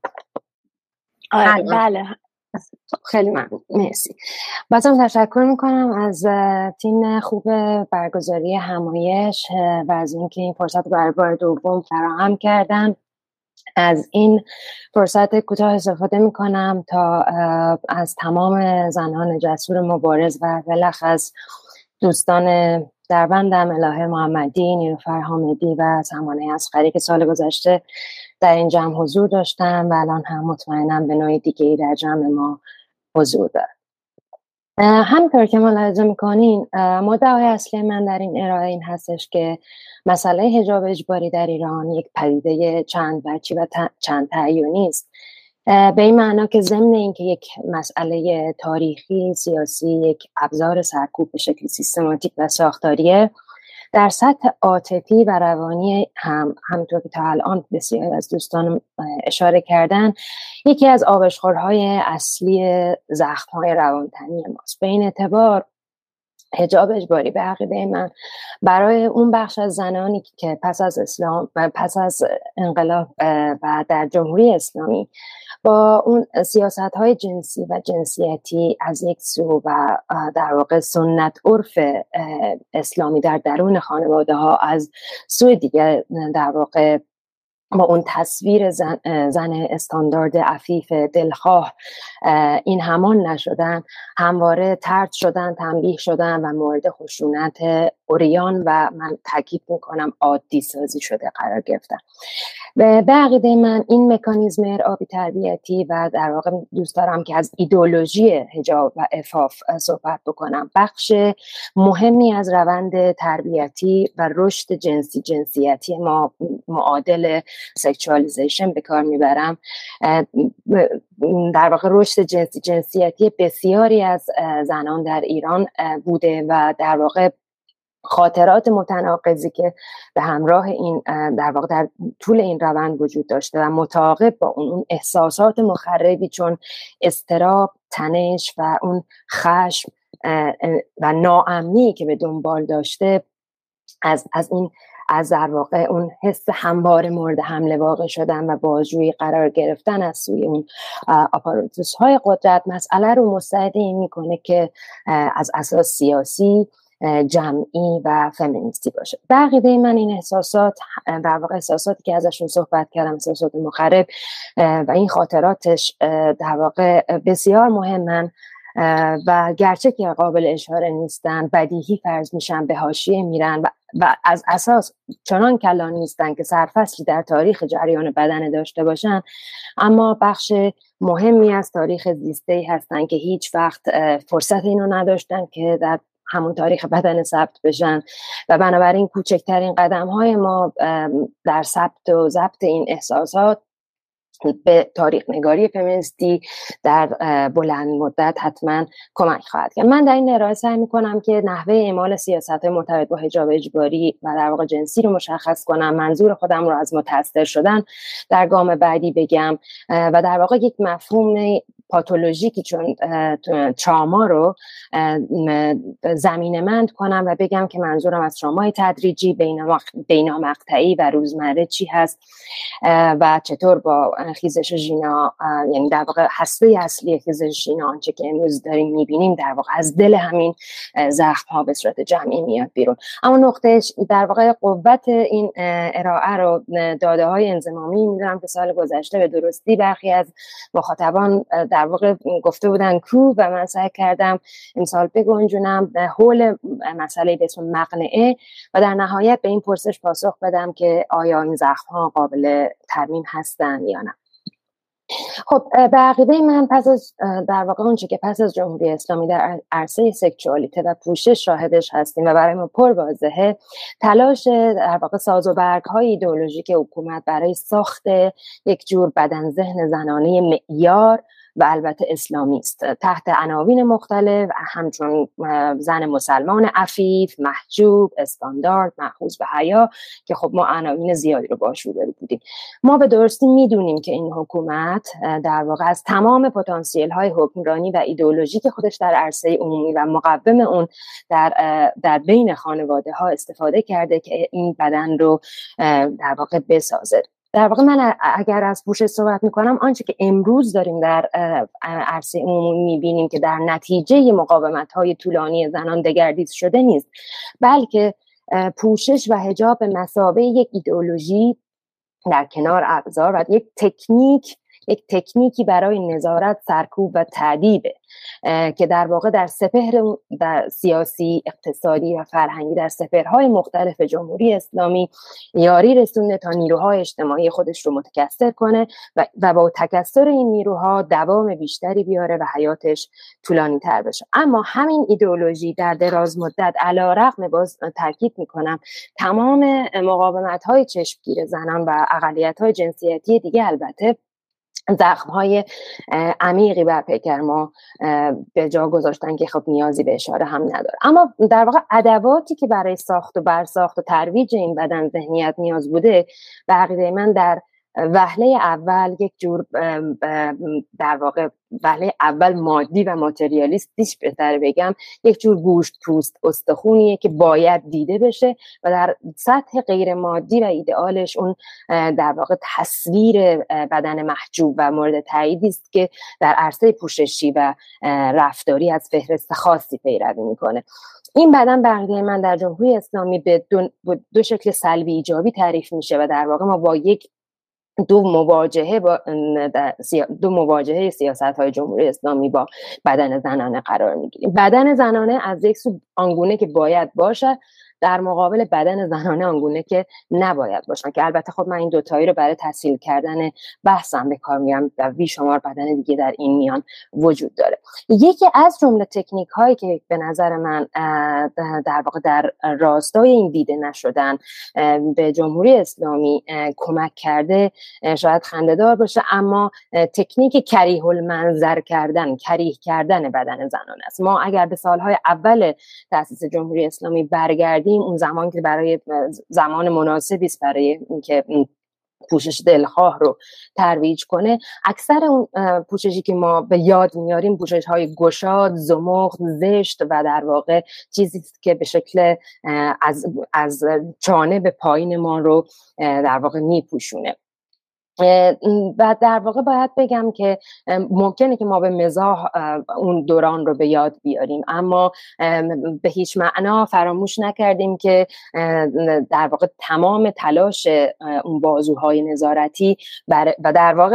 آره بله. خیلی ممنون. مرسی. بازم تشکر میکنم از تیم خوب برگزاری همایش و از اینکه این فرصت برای بار دوم فراهم کردن. از این فرصت کوتاه استفاده میکنم تا از تمام زنان جسور مبارز و بالاخص دوستان دربندم الهه محمدی، نیلوفر حامدی و سمانه اصغری که سال گذشته در این جمع حضور داشتن و الان هم مطمئنم به نوع دیگه‌ای در جمع ما حضور دارن. همینطور که ملاحظه میکنین مدعای اصلی من در این ارائه این هستش که مسئله حجاب اجباری در ایران یک پدیده چند وجهی و چند تعیینی است، به این معنا که ضمن اینکه یک مسئله تاریخی سیاسی، یک ابزار سرکوب به شکل سیستماتیک و ساختاریه، در سطح عاطفی و روانی هم همونطور که تا الان بسیاری از دوستان اشاره کردن یکی از آبشخورهای اصلی زخم‌های روانتنی ماست. به این اعتبار حجاب اجباری به عقیده من برای اون بخش از زنانی که پس از اسلام و پس از انقلاب و در جمهوری اسلامی با اون سیاست‌های جنسی و جنسیتی از یک سو و در واقع سنت عرف اسلامی در درون خانواده‌ها از سوی دیگر در واقع با اون تصویر زن, زن استاندارد عفیف دلخواه این همان نشدن، همواره طرد شدن، تنبیه شدن و مورد خشونت عریان و من تاکید میکنم عادی سازی شده قرار گرفتن. به عقیده من این مکانیزم ارعابی تربیتی و در واقع دوست دارم که از ایدئولوژی حجاب و عفاف صحبت بکنم، بخش مهمی از روند تربیتی و رشد جنسی جنسیتی ما معادل سکشوالیزیشن به کار میبرم. در واقع رشد جنسی جنسیتی بسیاری از زنان در ایران بوده و در واقع خاطرات متناقضی که به همراه این در واقع در طول این روند وجود داشته و متعاقب با اون احساسات مخربی چون اضطراب، تنش و اون خشم و ناامنی که به دنبال داشته از از این از در واقع اون حس همواره مورد حمله واقع شدن و بازجویی قرار گرفتن از سوی اون آپاراتوس های قدرت مسئله رو مستعد این میکنه که از اساس سیاسی، جمعی و فمینیستی باشه. به عقیده من این احساسات در واقع احساساتی که ازشون صحبت کردم، احساسات مخرب و این خاطراتش در واقع بسیار مهمن و گرچه که قابل اشاره نیستن بدیهی فرض میشن، به حاشیه میرن و, و از اساس چنان کلان نیستن که سرفصلی در تاریخ جریان بدن داشته باشن، اما بخش مهمی از تاریخ زیسته‌ای هستن که هیچ وقت فرصت اینو نداشتن که در همون تاریخ بدن ثبت بشن و بنابراین کوچکترین قدم های ما در ثبت و ضبط این احساسات به تاریخ نگاری فمینیستی در بلند مدت حتما کمک خواهد کرد. من در این ارائه سعی میکنم که نحوه اعمال سیاست‌های مرتبط با حجاب اجباری و در واقع جنسی رو مشخص کنم، منظور خودم رو از متأثر شدن در گام بعدی بگم و در واقع یک مفهوم پاتولوژیکی چون تراما رو زمینه‌مند کنم و بگم که منظورم از ترامای تدریجی، بینامقطعی و روزمره چی هست و چطور با خیزش ژینا، یعنی در واقع هسته اصلی خیزش ژینا آنچه که امروز داریم میبینیم در واقع از دل همین زخم ها به صورت جمعی میاد بیرون. اما نقطهش در واقع قوت این ارائه رو داده های انضمامی میدونم که سال گذشته به درستی برخی از مخاطبان در واقع گفته بودن کو و من سعی کردم امسال بگنجونم حول مسئله به اسم مقنعه و در نهایت به این پرسش پاسخ بدم که آیا این زخم ها قابل ترمیم هستن یا نه. خب به عقیده من پس از در واقع اون چه که پس از جمهوری اسلامی در عرصه سکشوالیته و پوشش شاهدش هستیم و برای ما پر واضحه، تلاش در واقع ساز و برگ های ایدئولوژیک حکومت برای ساخت یک جور بدن ذهن زنانه معیار و البته اسلامی است تحت عناوین مختلف، همچون زن مسلمان عفیف، محجوب، استاندارد، مأخوذ به حیا که خب ما عناوین زیادی رو باش روبرو بودیم. ما به درستی میدونیم که این حکومت در واقع از تمام پتانسیل های حکمرانی و ایدئولوژی که خودش در عرصه عمومی و مقوم اون در در بین خانواده ها استفاده کرده که این بدن رو در واقع بسازه. در واقع من اگر از پوشش صحبت میکنم، آنچه که امروز داریم در عرصه عمومی میبینیم که در نتیجه مقاومت‌های طولانی زنان دگردیس شده نیست، بلکه پوشش و حجاب به مثابه یک ایدئولوژی در کنار ابزار و یک تکنیک یک تکنیکی برای نظارت، سرکوب و تعدیبه که در واقع در سپهر در سیاسی، اقتصادی و فرهنگی در سپهرهای مختلف جمهوری اسلامی یاری رسونده تا نیروهای اجتماعی خودش رو متکثر کنه و, و با تکثر این نیروها دوام بیشتری بیاره و حیاتش طولانی تر بشه. اما همین ایدئولوژی در دراز مدت علیرغم باز تاکید میکنم تمام مقاومت‌های چشمگیر زنان و اقلیت‌های جنسیتی دیگه البته زخم‌های عمیقی بر پیکر ما به جا گذاشتن که خب نیازی به اشاره هم نداره. اما در واقع ادواتی که برای ساخت و برساخت و ترویج این بدن ذهنیت نیاز بوده به عقیده من در وهله اول یک جور در واقع وهله اول مادی و ماتریالیستیش بهتر بگم یک جور گوشت پوست استخونیه که باید دیده بشه و در سطح غیر مادی و ایدئالش اون در واقع تصویر بدن محجوب و مورد تاییدی است که در عرصه پوششی و رفتاری از فهرست خاصی پیروی میکنه. این بدن به عقیده من در جمهوری اسلامی به دو, دو شکل سلبی ایجابی تعریف میشه و در واقع ما با یک دو مواجهه با دو مواجهه سیاست‌های جمهوری اسلامی با بدن زنانه قرار میگیریم. بدن زنانه از یک سو آنگونه که باید باشه در مقابل بدن زنانه آنگونه که نباید باشن که البته خب من این دوتایی رو برای تسهیل کردن بحثم به کار میارم و بیشمار بدن دیگه در این میان وجود داره. یکی از جمله تکنیک هایی که به نظر من در واقع در راستای این دیده نشدن به جمهوری اسلامی کمک کرده شاید خنده‌دار باشه، اما تکنیک کریه المنظر کردن، کریه کردن بدن زنانه است. ما اگر به سالهای اول تأسیس جمهوری اسلامی برگردیم، اون زمان که برای زمان مناسبی است برای اینکه پوشش دلخواه رو ترویج کنه، اکثر اون پوششی که ما به یاد میاریم پوشش های گشاد، زمخت، زشت و در واقع چیزی است که به شکل از از چانه به پایین ما رو در واقع میپوشونه. و در واقع باید بگم که ممکنه که ما به مزاح اون دوران رو به یاد بیاریم، اما به هیچ معنا فراموش نکردیم که در واقع تمام تلاش اون بازوهای نظارتی و در واقع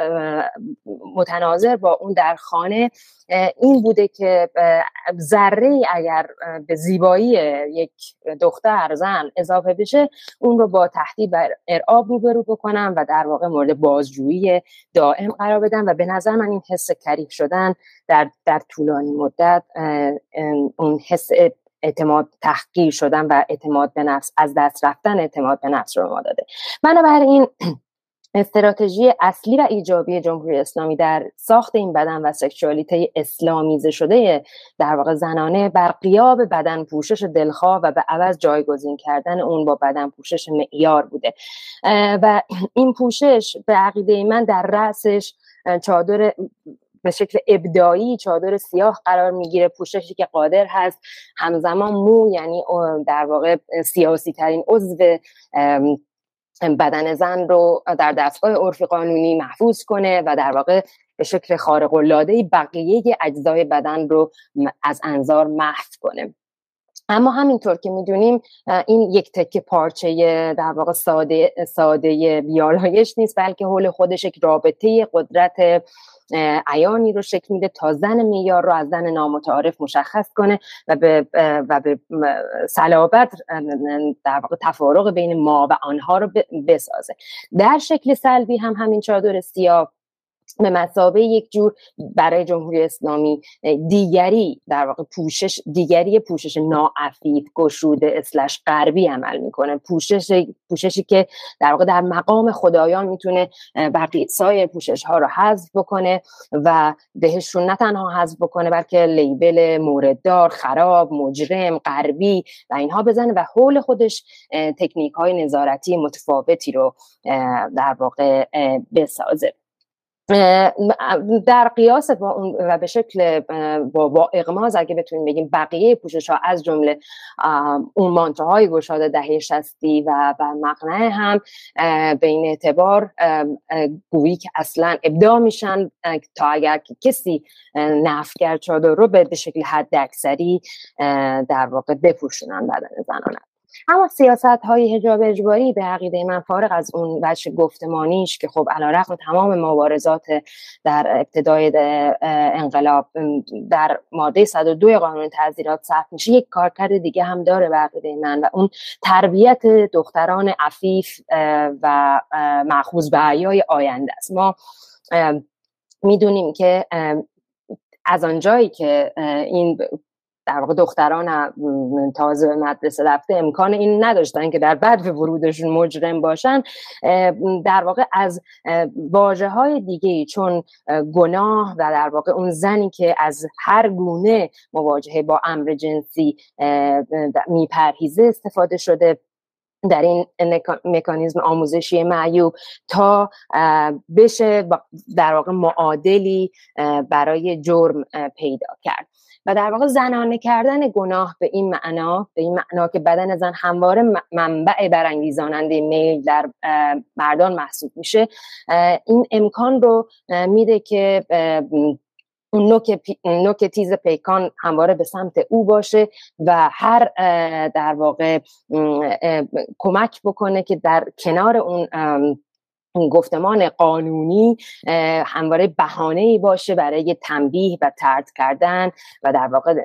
متناظر با اون در خانه این بوده که ذره اگر به زیبایی یک دختر زن اضافه بشه اون رو با تهدید و ارعاب روبرو بکنن و در واقع مورد بازجویی دائم قرار بدن و به نظر من این حس کریه شدن در در طولانی مدت اون حس اعتماد تحقیر شدن و اعتماد به نفس از دست رفتن اعتماد به نفس رو ما داده. بنابراین استراتژی اصلی و ایجابی جمهوری اسلامی در ساخت این بدن و سکشوالیته اسلامیزه شده در واقع زنانه بر غیاب بدن پوشش دلخواه و به عوض جایگزین کردن اون با بدن پوشش معیار بوده و این پوشش به عقیده من در رأسش چادر به شکل ابداعی چادر سیاه قرار میگیره، پوششی که قادر هست همزمان مو یعنی در واقع سیاسی ترین عضو بدن زن رو در دستگاه عرفی قانونی محفوظ کنه و در واقع به شکل خارق العاده بقیه اجزای بدن رو از انظار محو کنه. اما همینطور که میدونیم این یک تکه پارچه در واقع ساده ساده بیالایش نیست، بلکه حول خودش یک رابطه قدرت عیانی رو شکل میده تا زن معیار رو از زن نامتعارف مشخص کنه و به و به صلابت در واقع تفارق بین ما و آنها رو بسازه. در شکل سلبی هم همین چادر سیاه به مثابه یک جور برای جمهوری اسلامی دیگری در واقع پوشش دیگری پوشش ناعفیف گشوده اسلش غربی عمل میکنه، پوشش پوششی که در واقع در مقام خدایان میتونه بقیه سایر پوشش ها رو حذف بکنه و بهشون نه تنها حذف بکنه بلکه لیبل مورددار، خراب، مجرم، غربی و اینها بزنه و حول خودش تکنیک های نظارتی متفاوتی رو در واقع بسازه. در قیاس با اون و به شکل با, با اغماز اگه بتونیم بگیم بقیه پوشش ها از جمله اون مانتوهای گشاده دهه شصتی و و مقنعه هم به این اعتبار گویی که اصلا ابداع میشن تا اگر که کسی نفی چادر رو به شکل حد اکثری در واقع بپوشونن بدن زنانه. اما سیاست های حجاب اجباری به عقیده من فارغ از اون وجه گفتمانیش که خب علیرغم تمام مبارزات در ابتدای انقلاب در ماده صد و دو قانون تعزیرات ثبت میشه، یک کارکرد دیگه هم داره به عقیده من و اون تربیت دختران عفیف و مأخوذ به حیای آینده است. ما میدونیم که از آنجایی که این در واقع دختران تازه به مدرسه رفته امکان این نداشتن که در بعد ورودشون مجرم باشن، در واقع از واژه‌های دیگه‌ای چون گناه و در واقع اون زنی که از هر گونه مواجهه با امر جنسی میپرهیزه استفاده شده در این مکانیزم آموزشی معیوب تا بشه در واقع معادلی برای جرم پیدا کرد و در واقع زنانه کردن گناه به این معنا به این معنا که بدن زن همواره منبع برانگیزاننده میل در مردان محسوب میشه، این امکان رو میده که اون نوک, پی، نوک تیز پیکان همواره به سمت او باشه و هر در واقع کمک بکنه که در کنار اون گفتمان قانونی همواره بهانه‌ای باشه برای تنبیه و طرد کردن و در واقع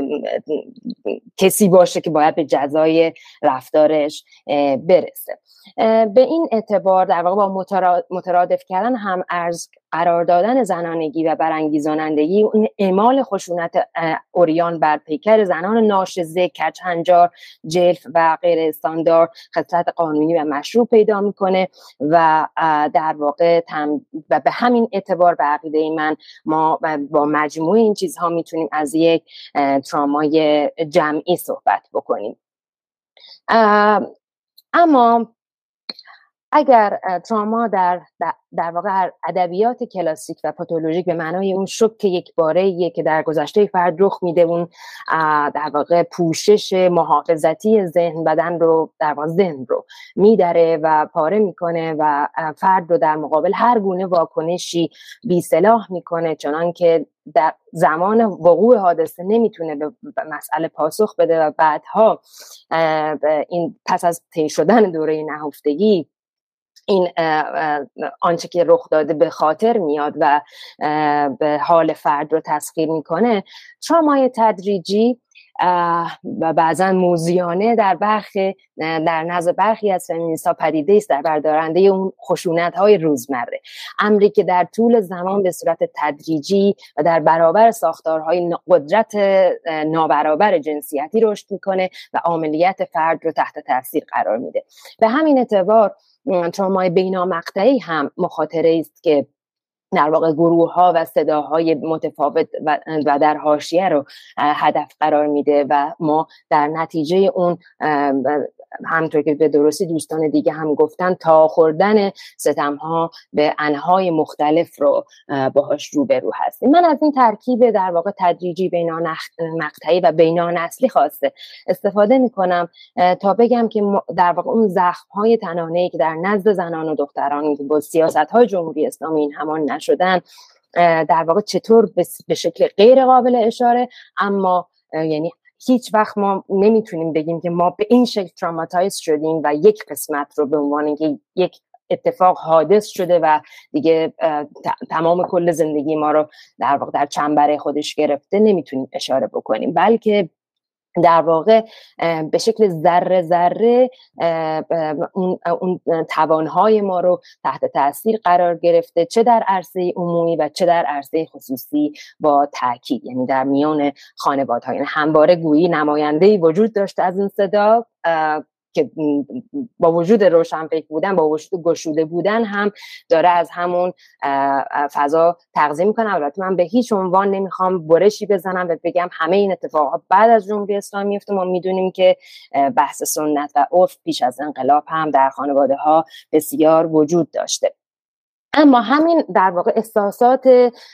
کسی باشه که باید به جزای رفتارش برسه. به این اعتبار در واقع با مترادف کردن هم ارز قرار دادن زنانگی و برانگیزانندگی، اون اعمال خشونت عریان بر پیکر زنان ناشزه، کج‌هنجار، جلف و غیر استاندار خصلت قانونی و مشروع پیدا میکنه و در واقع تم و به همین اعتبار به عقیده من ما با مجموع این چیزها میتونیم از یک ترامای جمعی صحبت بکنیم. اما اگر تراما در در واقع ادبیات کلاسیک و پاتولوژیک به معنای اون شوک یک باره‌ایه که در گذشته فرد رخ میده، اون در واقع پوشش محافظتی ذهن بدن رو در واقع ذهن رو میدره و پاره میکنه و فرد رو در مقابل هر گونه واکنشی بی سلاح میکنه، چنان که در زمان وقوع حادثه نمیتونه به مسئله پاسخ بده و بعدها این پس از طی شدن دوره نهفتگی این آنچه که رخ داده به خاطر میاد و به حال فرد رو تسخیر میکنه. ترامای تدریجی و بعضا موذیانه در برخی در نظر برخی از فمینیست‌ها پدیده است در بردارنده اون خشونت‌های روزمره، امری که در طول زمان به صورت تدریجی و در برابر ساختارهای قدرت نابرابر جنسیتی رشد میکنه و عاملیت فرد رو تحت تاثیر قرار میده. به همین اعتبار ترومای بینامقطعی هم مخاطره است که در واقع گروه ها و صداهای متفاوت و, و در حاشیه رو هدف قرار میده و ما در نتیجه اون همونطور که به درستی دوستان دیگه هم گفتن تا خوردن ستم ها به انهای مختلف رو باهاش روبرو هستیم. من از این ترکیب در واقع تدریجی بینان مقطعی و بینان اصلی خواسته استفاده میکنم تا بگم که در واقع اون زخم های تنانه‌ای که در نزد زنان و دختران با سیاست های جمهوری اسلامی این همان نشدن در واقع چطور به شکل غیر قابل اشاره، اما یعنی هیچ وقت ما نمیتونیم بگیم که ما به این شکل تراماتایز شدیم و یک قسمت رو به عنوان اینکه یک اتفاق حادث شده و دیگه تمام کل زندگی ما رو در واقع در چنبره خودش گرفته نمیتونیم اشاره بکنیم، بلکه در واقع به شکل ذره ذره اون, اون توانهای ما رو تحت تاثیر قرار گرفته، چه در عرصه عمومی و چه در عرصه خصوصی با تاکید، یعنی در میان خانواده‌ها. یعنی همواره گویی نماینده‌ای وجود داشته از این صدا که با وجود روشنفکر بودن، با وجود گشوده بودن هم داره از همون فضا تغذیه میکنه. البته من به هیچ عنوان نمیخوام برشی بزنم و بگم همه این اتفاقات بعد از جمهوری اسلامی میفته. ما میدونیم که بحث سنت و عرف پیش از انقلاب هم در خانواده ها بسیار وجود داشته. اما همین در واقع احساسات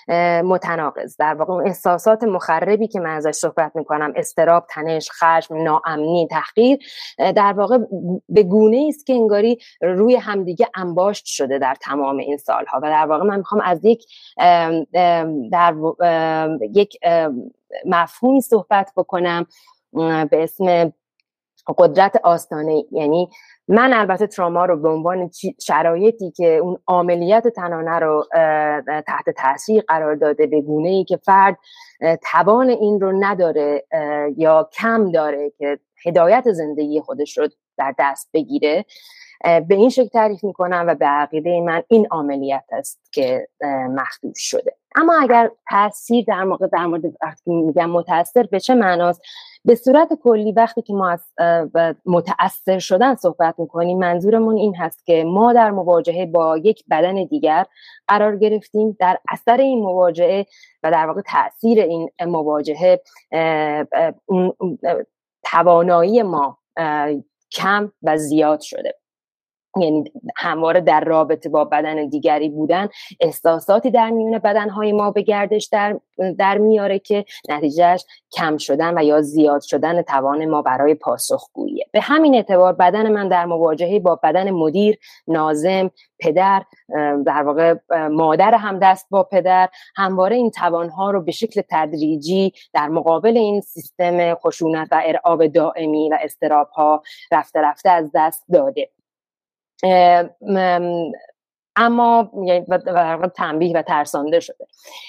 متناقض، در واقع اون احساسات مخربی که من ازش صحبت میکنم، اضطراب، تنش، خشم، ناامنی، تحقیر، در واقع به گونه‌ای است که انگاری روی همدیگه انباشت شده در تمام این سالها. و در واقع من میخوام از یک در یک مفهومی صحبت بکنم به اسم قدرت آستانه. یعنی من البته تراما رو به عنوان شرایطی که اون عاملیت تنانه رو تحت تاثیر قرار داده به گونه‌ای که فرد توان این رو نداره یا کم داره که هدایت زندگی خودش رو در دست بگیره، به این شکل تعریف میکنم و به عقیده من این عملیات است که مخدوش شده. اما اگر تاثیر در موقع در مورد وقتی میگم متاثر به چه معناست، به صورت کلی وقتی که ما از متاثر شدن صحبت میکنیم منظورمون این هست که ما در مواجهه با یک بدن دیگر قرار گرفتیم، در اثر این مواجهه و در واقع تاثیر این مواجهه اون توانایی ما کم و زیاد شده. یعنی همواره در رابطه با بدن دیگری بودن احساساتی در میون بدنهای ما به گردش در, در میاره که نتیجهش کم شدن و یا زیاد شدن توان ما برای پاسخگوییه. به همین اعتبار بدن من در مواجهه با بدن مدیر، ناظم، پدر، در واقع مادر همدست با پدر، همواره این توانها رو به شکل تدریجی در مقابل این سیستم خشونت و ارعاب دائمی و اضطراب‌ها رفته رفته از دست داده. اما تنبیه و ترسانده شده.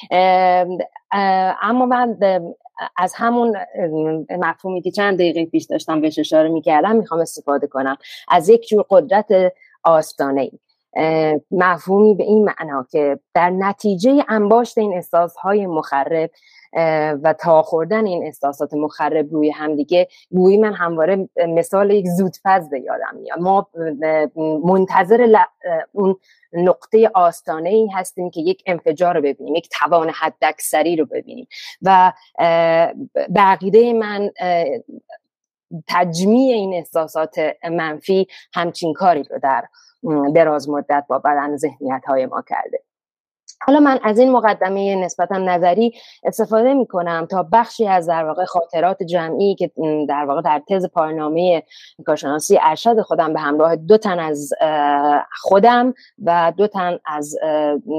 اما من از همون مفهومی که چند دقیقه پیش داشتم بهش اشاره میکردم میخوام استفاده کنم از یک جور قدرت آستانه‌ای، مفهومی به این معنا که در نتیجه انباشت این احساسهای مخرب و تا خوردن این احساسات مخرب روی هم دیگه، گویی من همواره مثال یک زودفز به یادم میاد. ما منتظر ل... اون نقطه آستانه‌ای هستیم که یک انفجار رو ببینیم، یک توان حداکثری رو ببینیم و به عقیده من تجمیع این احساسات منفی همچین کاری رو در دراز مدت با بدن ذهنیت‌های ما کرده. حالا من از این مقدمه نسبتا نظری استفاده می کنم تا بخشی از در واقع خاطرات جمعی که در واقع در تز پایان‌نامه کارشناسی ارشد خودم به همراه دو تن از خودم و دو تن از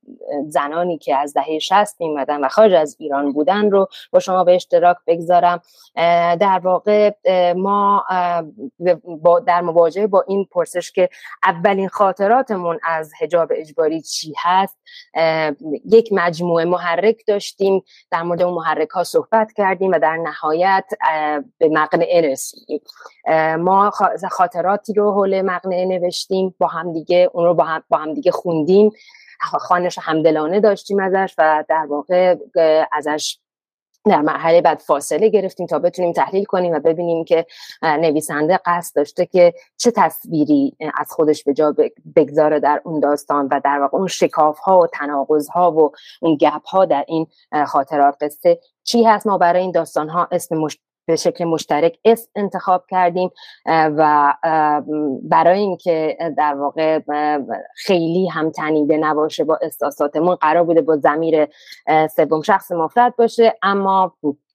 زنانی که از دهه شصت میمدن و خارج از ایران بودن رو با شما به اشتراک بگذارم. در واقع ما در مواجهه با این پرسش که اولین خاطراتمون از حجاب اجباری چی هست، یک مجموعه محرک داشتیم، در مورد اون محرک ها صحبت کردیم و در نهایت به مقنعه رسیدیم. ما خاطراتی رو حول مقنعه نوشتیم با هم دیگه، اون رو با هم, با هم دیگه خوندیم، خوانش همدلانه داشتیم ازش و در واقع ازش در مرحله بعد فاصله گرفتیم تا بتونیم تحلیل کنیم و ببینیم که نویسنده قصد داشته که چه تصویری از خودش به جا بگذاره در اون داستان و در واقع اون شکاف ها و تناقض ها و اون گپ ها در این خاطرات قصه چی هست. ما برای این داستان ها اسم مش... به شکل مشترک اسم انتخاب کردیم و برای اینکه در واقع خیلی هم تنیده نباشه با احساساتمون، قرار بوده با ضمیر سوم شخص مفرد باشه، اما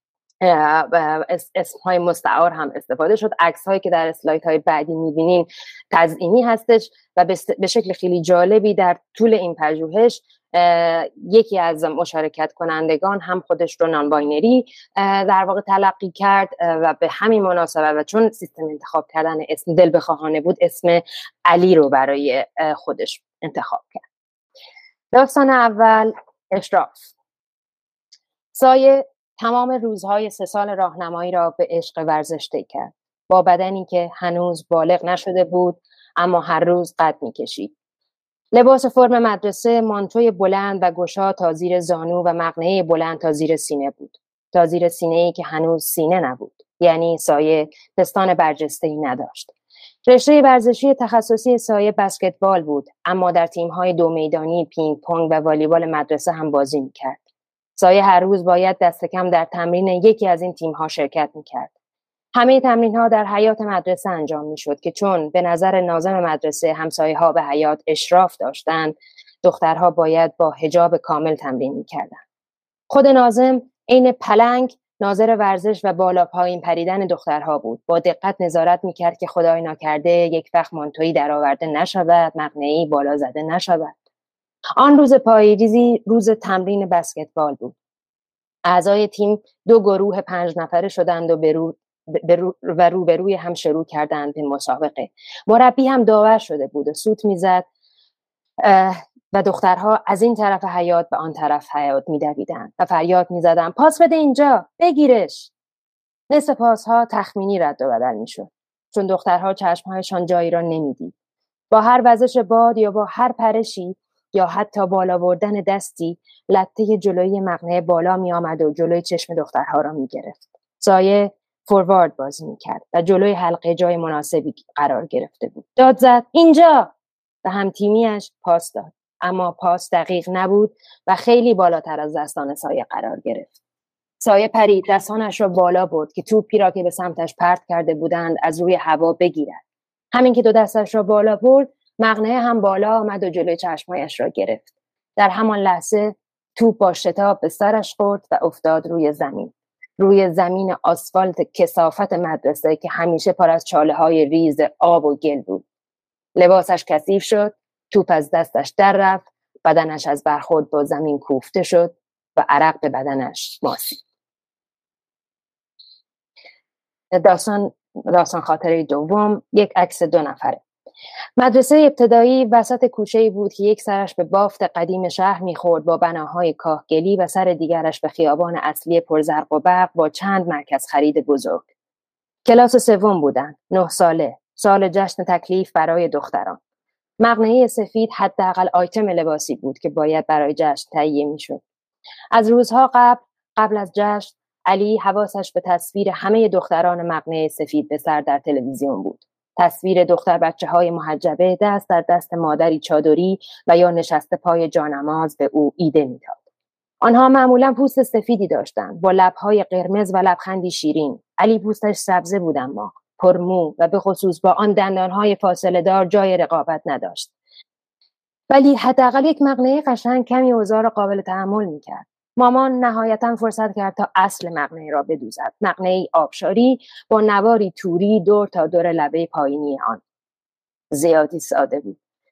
اسمهای مستعار هم استفاده شد. عکس هایی که در اسلاید های بعدی میبینین تزئینی هستش و به شکل خیلی جالبی در طول این پژوهش یکی از مشارکت کنندگان هم خودش رو نان باینری در واقع تلقی کرد و به همین مناسبت و چون سیستم انتخاب کردن اسم دل بخواهانه بود، اسم علی رو برای خودش انتخاب کرد. داستان اول، اشراف. سایه تمام روزهای سه سال راهنمایی را به عشق ورزش طی کرد، با بدنی که هنوز بالغ نشده بود اما هر روز قد می‌کشید. لباس فرم مدرسه مانتوی بلند و گشاد تا زیر زانو و مقنعه بلند تا زیر سینه بود. تا زیر سینه‌ای که هنوز سینه نبود. یعنی سایه پستان برجسته‌ای نداشت. رشته ورزشی تخصصی سایه بسکتبال بود، اما در تیم‌های دو میدانی، پینگ پونگ و والیبال مدرسه هم بازی می‌کرد. سایه هر روز باید دست کم در تمرین یکی از این تیم‌ها شرکت می‌کرد. همه تمرین‌ها در حیاط مدرسه انجام می‌شد که چون به نظر ناظم مدرسه همسایه‌ها به حیاط اشراف داشتند، دخترها باید با حجاب کامل تمرین می‌کردند. خود ناظم عین پلنگ ناظر ورزش و بالا پایین پریدن دخترها بود. با دقت نظارت می‌کرد که خدای ناکرده یک وقت مانتویی درآورده نشود، مقنعه‌ای بالا زده نشود. آن روز پاییزی روز تمرین بسکتبال بود. اعضای تیم دو گروه پنج نفره شدند و برو برو و روبروی هم شروع کردند به مسابقه. مربی هم داور شده بود و سوت میزد و دخترها از این طرف حیاط به آن طرف حیاط میدویدند و فریاد میزدند پاس بده اینجا، بگیرش. نصف پاسها تخمینی رد و بدل میشد چون دخترها چشمهایشان جایی را نمیدید. با هر وزش باد یا با هر پرشی یا حتی بالا بردن دستی، لطه جلوی مقنعه بالا می آمد و جلوی چشم دخترها را می گرفت. سایه فوروارد بازی می کرد و جلوی حلقه جای مناسبی قرار گرفته بود. داد زد اینجا و هم تیمیش پاس داد، اما پاس دقیق نبود و خیلی بالاتر از دستان سایه قرار گرفت. سایه پرید، دستانش را بالا برد که توپی را که به سمتش پرت کرده بودند از روی هوا بگیرد. همین که دو دستش را بالا برد، مقنعه هم بالا آمد و جلوی چشمایش را گرفت. در همان لحظه توپ با شتاب به سرش خورد و افتاد روی زمین. روی زمین آسفالت کثافت مدرسه که همیشه پر از چاله‌های ریز آب و گل بود. لباسش کثیف شد، توپ از دستش در رفت، بدنش از برخورد با زمین کوفته شد و عرق به بدنش ماسید. داستان داستان خاطره دوم، یک عکس دو نفره. مدرسه ابتدایی وسط کوچه‌ای بود که یک سرش به بافت قدیم شهر می‌خورد با بناهای کاهگلی و سر دیگرش به خیابان اصلی پرزرق و برق با چند مرکز خرید بزرگ. کلاس سوم بودند، نه ساله، سال جشن تکلیف برای دختران. مقنعه سفید حداقل آیتم لباسی بود که باید برای جشن تهیه می‌شد. از روزها قبل قبل از جشن علی حواسش به تصویر همه دختران مقنعه سفید به سر در تلویزیون بود. تصویر دختر بچه های محجبه دست در دست مادری چادری و یا نشسته پای جانماز به او ایده میداد. آنها معمولا پوست سفیدی داشتند با لبهای قرمز و لبخندی شیرین. علی پوستش سبزه بود اما پرمو و به خصوص با آن دندانهای فاصله دار جای رقابت نداشت. ولی حداقل یک مقنعه قشنگ کمی اوضاع را قابل تحمل میکرد. مامان نهایتاً فرصت کرد تا اصل مقنعه را بدوزد. مقنعه آبشاری با نواری توری دور تا دور لبه پایینی آن. زیادی ساده بود.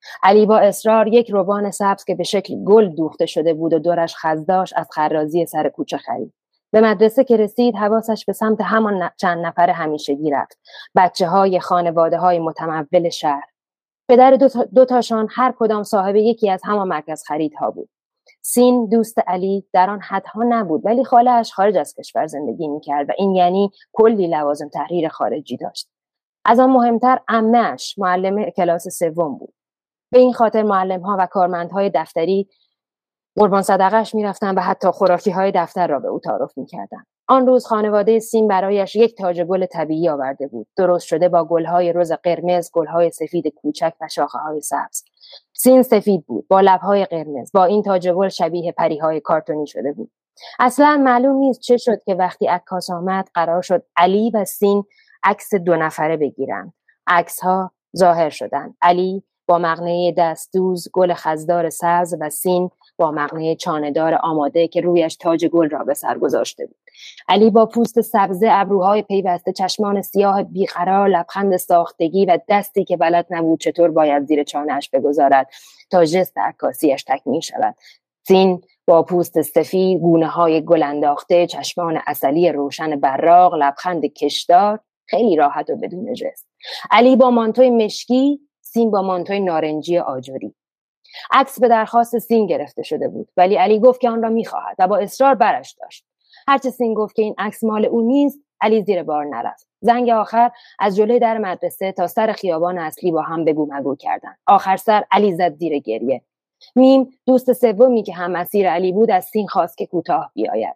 علی با اصرار یک روبان سبز که به شکل گل دوخته شده بود و دورش خز داشت از خرازی سر کوچه خرید. به مدرسه که رسید حواسش به سمت همان چند نفر همیشگی رفت، بچه های خانواده های متمول شهر. پدر دو, تا دو تاشان هر کدام صاحب یکی از همان مرکز خریدها بود. سین دوست علی در آن حدها نبود، ولی خاله‌اش خارج از کشور زندگی می‌کرد و این یعنی کلی لوازم تحریر خارجی داشت. از آن مهمتر عمه‌اش معلم کلاس سوم بود. به این خاطر معلم‌ها و کارمندهای دفتری قربان صدقه‌اش می‌رفتند و حتی خوراکی‌های دفتر را به او تعارف می‌کردند. آن روز خانواده سین برایش یک تاج گل طبیعی آورده بود، درست شده با گل‌های رز قرمز، گل‌های سفید کوچک و شاخه‌های سبز. سین سفید بود با لب‌های قرمز، با این تاج گل شبیه پری‌های کارتونی شده بود. اصلاً معلوم نیست چه شد که وقتی عکاس آمد قرار شد علی و سین عکس دو نفره بگیرند. عکس‌ها ظاهر شدند. علی با مقنعه دستدوز گل خزدار سبز و سین با مقنعه چانه‌دار آماده که رویش تاج گل را به سر گذاشته بود. علی با پوست سبزه، ابروهای پیوسته، چشمان سیاه بیقرار، لبخند ساختگی و دستی که بلد نبود چطور باید زیر چانه‌اش بگذارد تا ژست عکاسیش تکمیل شود. سین با پوست سفید، گونه‌های گل انداخته، چشمان عسلی روشن براق، لبخند کشدار، خیلی راحت و بدون ژست. علی با مانتوی مشکی، سین با مانتوی نارنجی آجوری. عکس به درخواست سین گرفته شده بود، ولی علی گفت که آن را می‌خواهد و با اصرار برش داشت. هرچه سین گفت که این عکس مال او نیست، علی زیر بار نرفت. زنگ آخر از جلوی در مدرسه تا سر خیابان اصلی با هم بگو مگو کردند. آخر سر علی زد زیر گریه. میم، دوست سومی که هم مسیر علی بود، از سین خواست که کوتاه بیاید.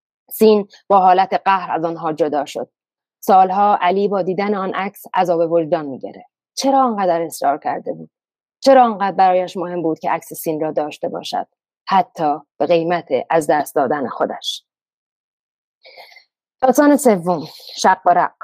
سین با حالت قهر از آنها جدا شد. سالها علی با دیدن آن عکس عذاب وجدان می‌گرفت. چرا آنقدر اصرار کرده بود؟ چرا آنقدر برایش مهم بود که عکس سین را داشته باشد، حتی به قیمت از دست دادن خودش؟ داستان سوم، شق و رق.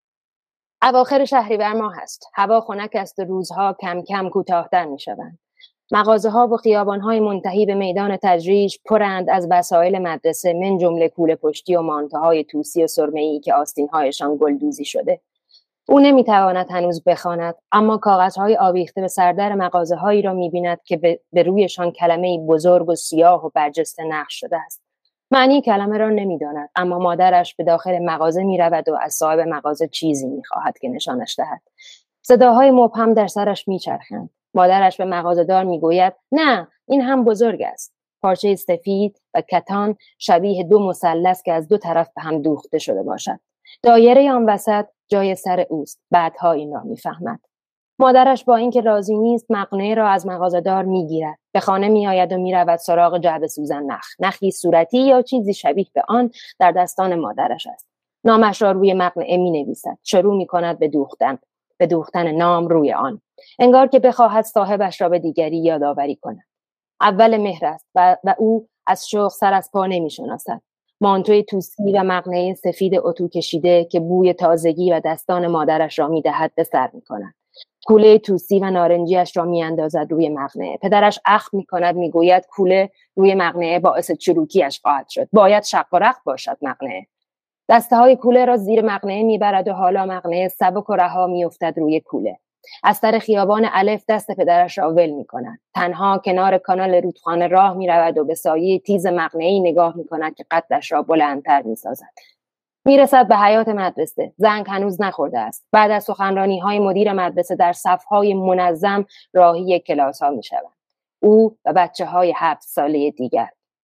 اواخر شهریور ماه است. هوا خنک است و روزها کم کم کوتاه‌تر می‌شوند. مغازه‌ها و خیابان‌های منتهی به میدان تجریش پرند از وسایل مدرسه، من جمله کوله پشتی و مانتوهای توسی و سرمه‌ای که آستین‌هایشان گلدوزی شده. او نمیتواند هنوز بخواند، اما کاغذهای آویخته به سردر مغازه‌هایی را می‌بیند که به, به رویشان کلمه‌ای بزرگ و سیاه و برجسته نقش شده است. معنی کلمه را نمی‌داند، اما مادرش به داخل مغازه می‌رود و از صاحب مغازه چیزی می‌خواهد که نشانش دهد. صداهای مبهم در سرش می‌چرخند. مادرش به مغازه‌دار می‌گوید نه، این هم بزرگ است. پارچه سفید و کتان شبیه دو مثلث که از دو طرف به هم دوخته شده باشد. دایره آن وسط جای سر اوست. بعدها این را می‌فهمد. مادرش با اینکه راضی نیست مقنعه را از مغازه‌دار می‌گیرد. به خانه می‌آید و می‌رود سراغ جعبه سوزن نخ. نخی صورتی یا چیزی شبیه به آن در دستان مادرش است. نامش را روی مقنعه می‌نویسد. شروع می‌کند به دوختن. به دوختن نام روی آن. انگار که بخواهد صاحبش را به دیگری یادآوری کند. اول مهر است و, و او از شوق سر از پا نمی‌شناسد. مانتوی توسی و مقنعه سفید اتو کشیده که بوی تازگی و دستان مادرش را می‌دهد به سر می‌کند. کوله توسی و نارنجیش را می‌اندازد روی مقنعه. پدرش اخم می‌کند، می‌گوید کوله روی مقنعه باعث چروکیش خواهد شد. باید شق و رق باشد مقنعه. دسته‌های کوله را زیر مقنعه می‌برد و حالا مقنعه سبک و رها می‌افتد روی کوله. از سر خیابان الف دست پدرش را ول می‌کند. تنها کنار کانال رودخانه راه می‌رود و به سایه تیز مقنعه‌ای نگاه می‌کند که قدش را بلندتر می‌سازد. میرسد به حیاط مدرسه. زنگ هنوز نخورده است. بعد از سخنرانی‌های مدیر مدرسه در صف‌های منظم راهی کلاس‌ها می‌شوند. او و بچه‌های هفت ساله دیگر.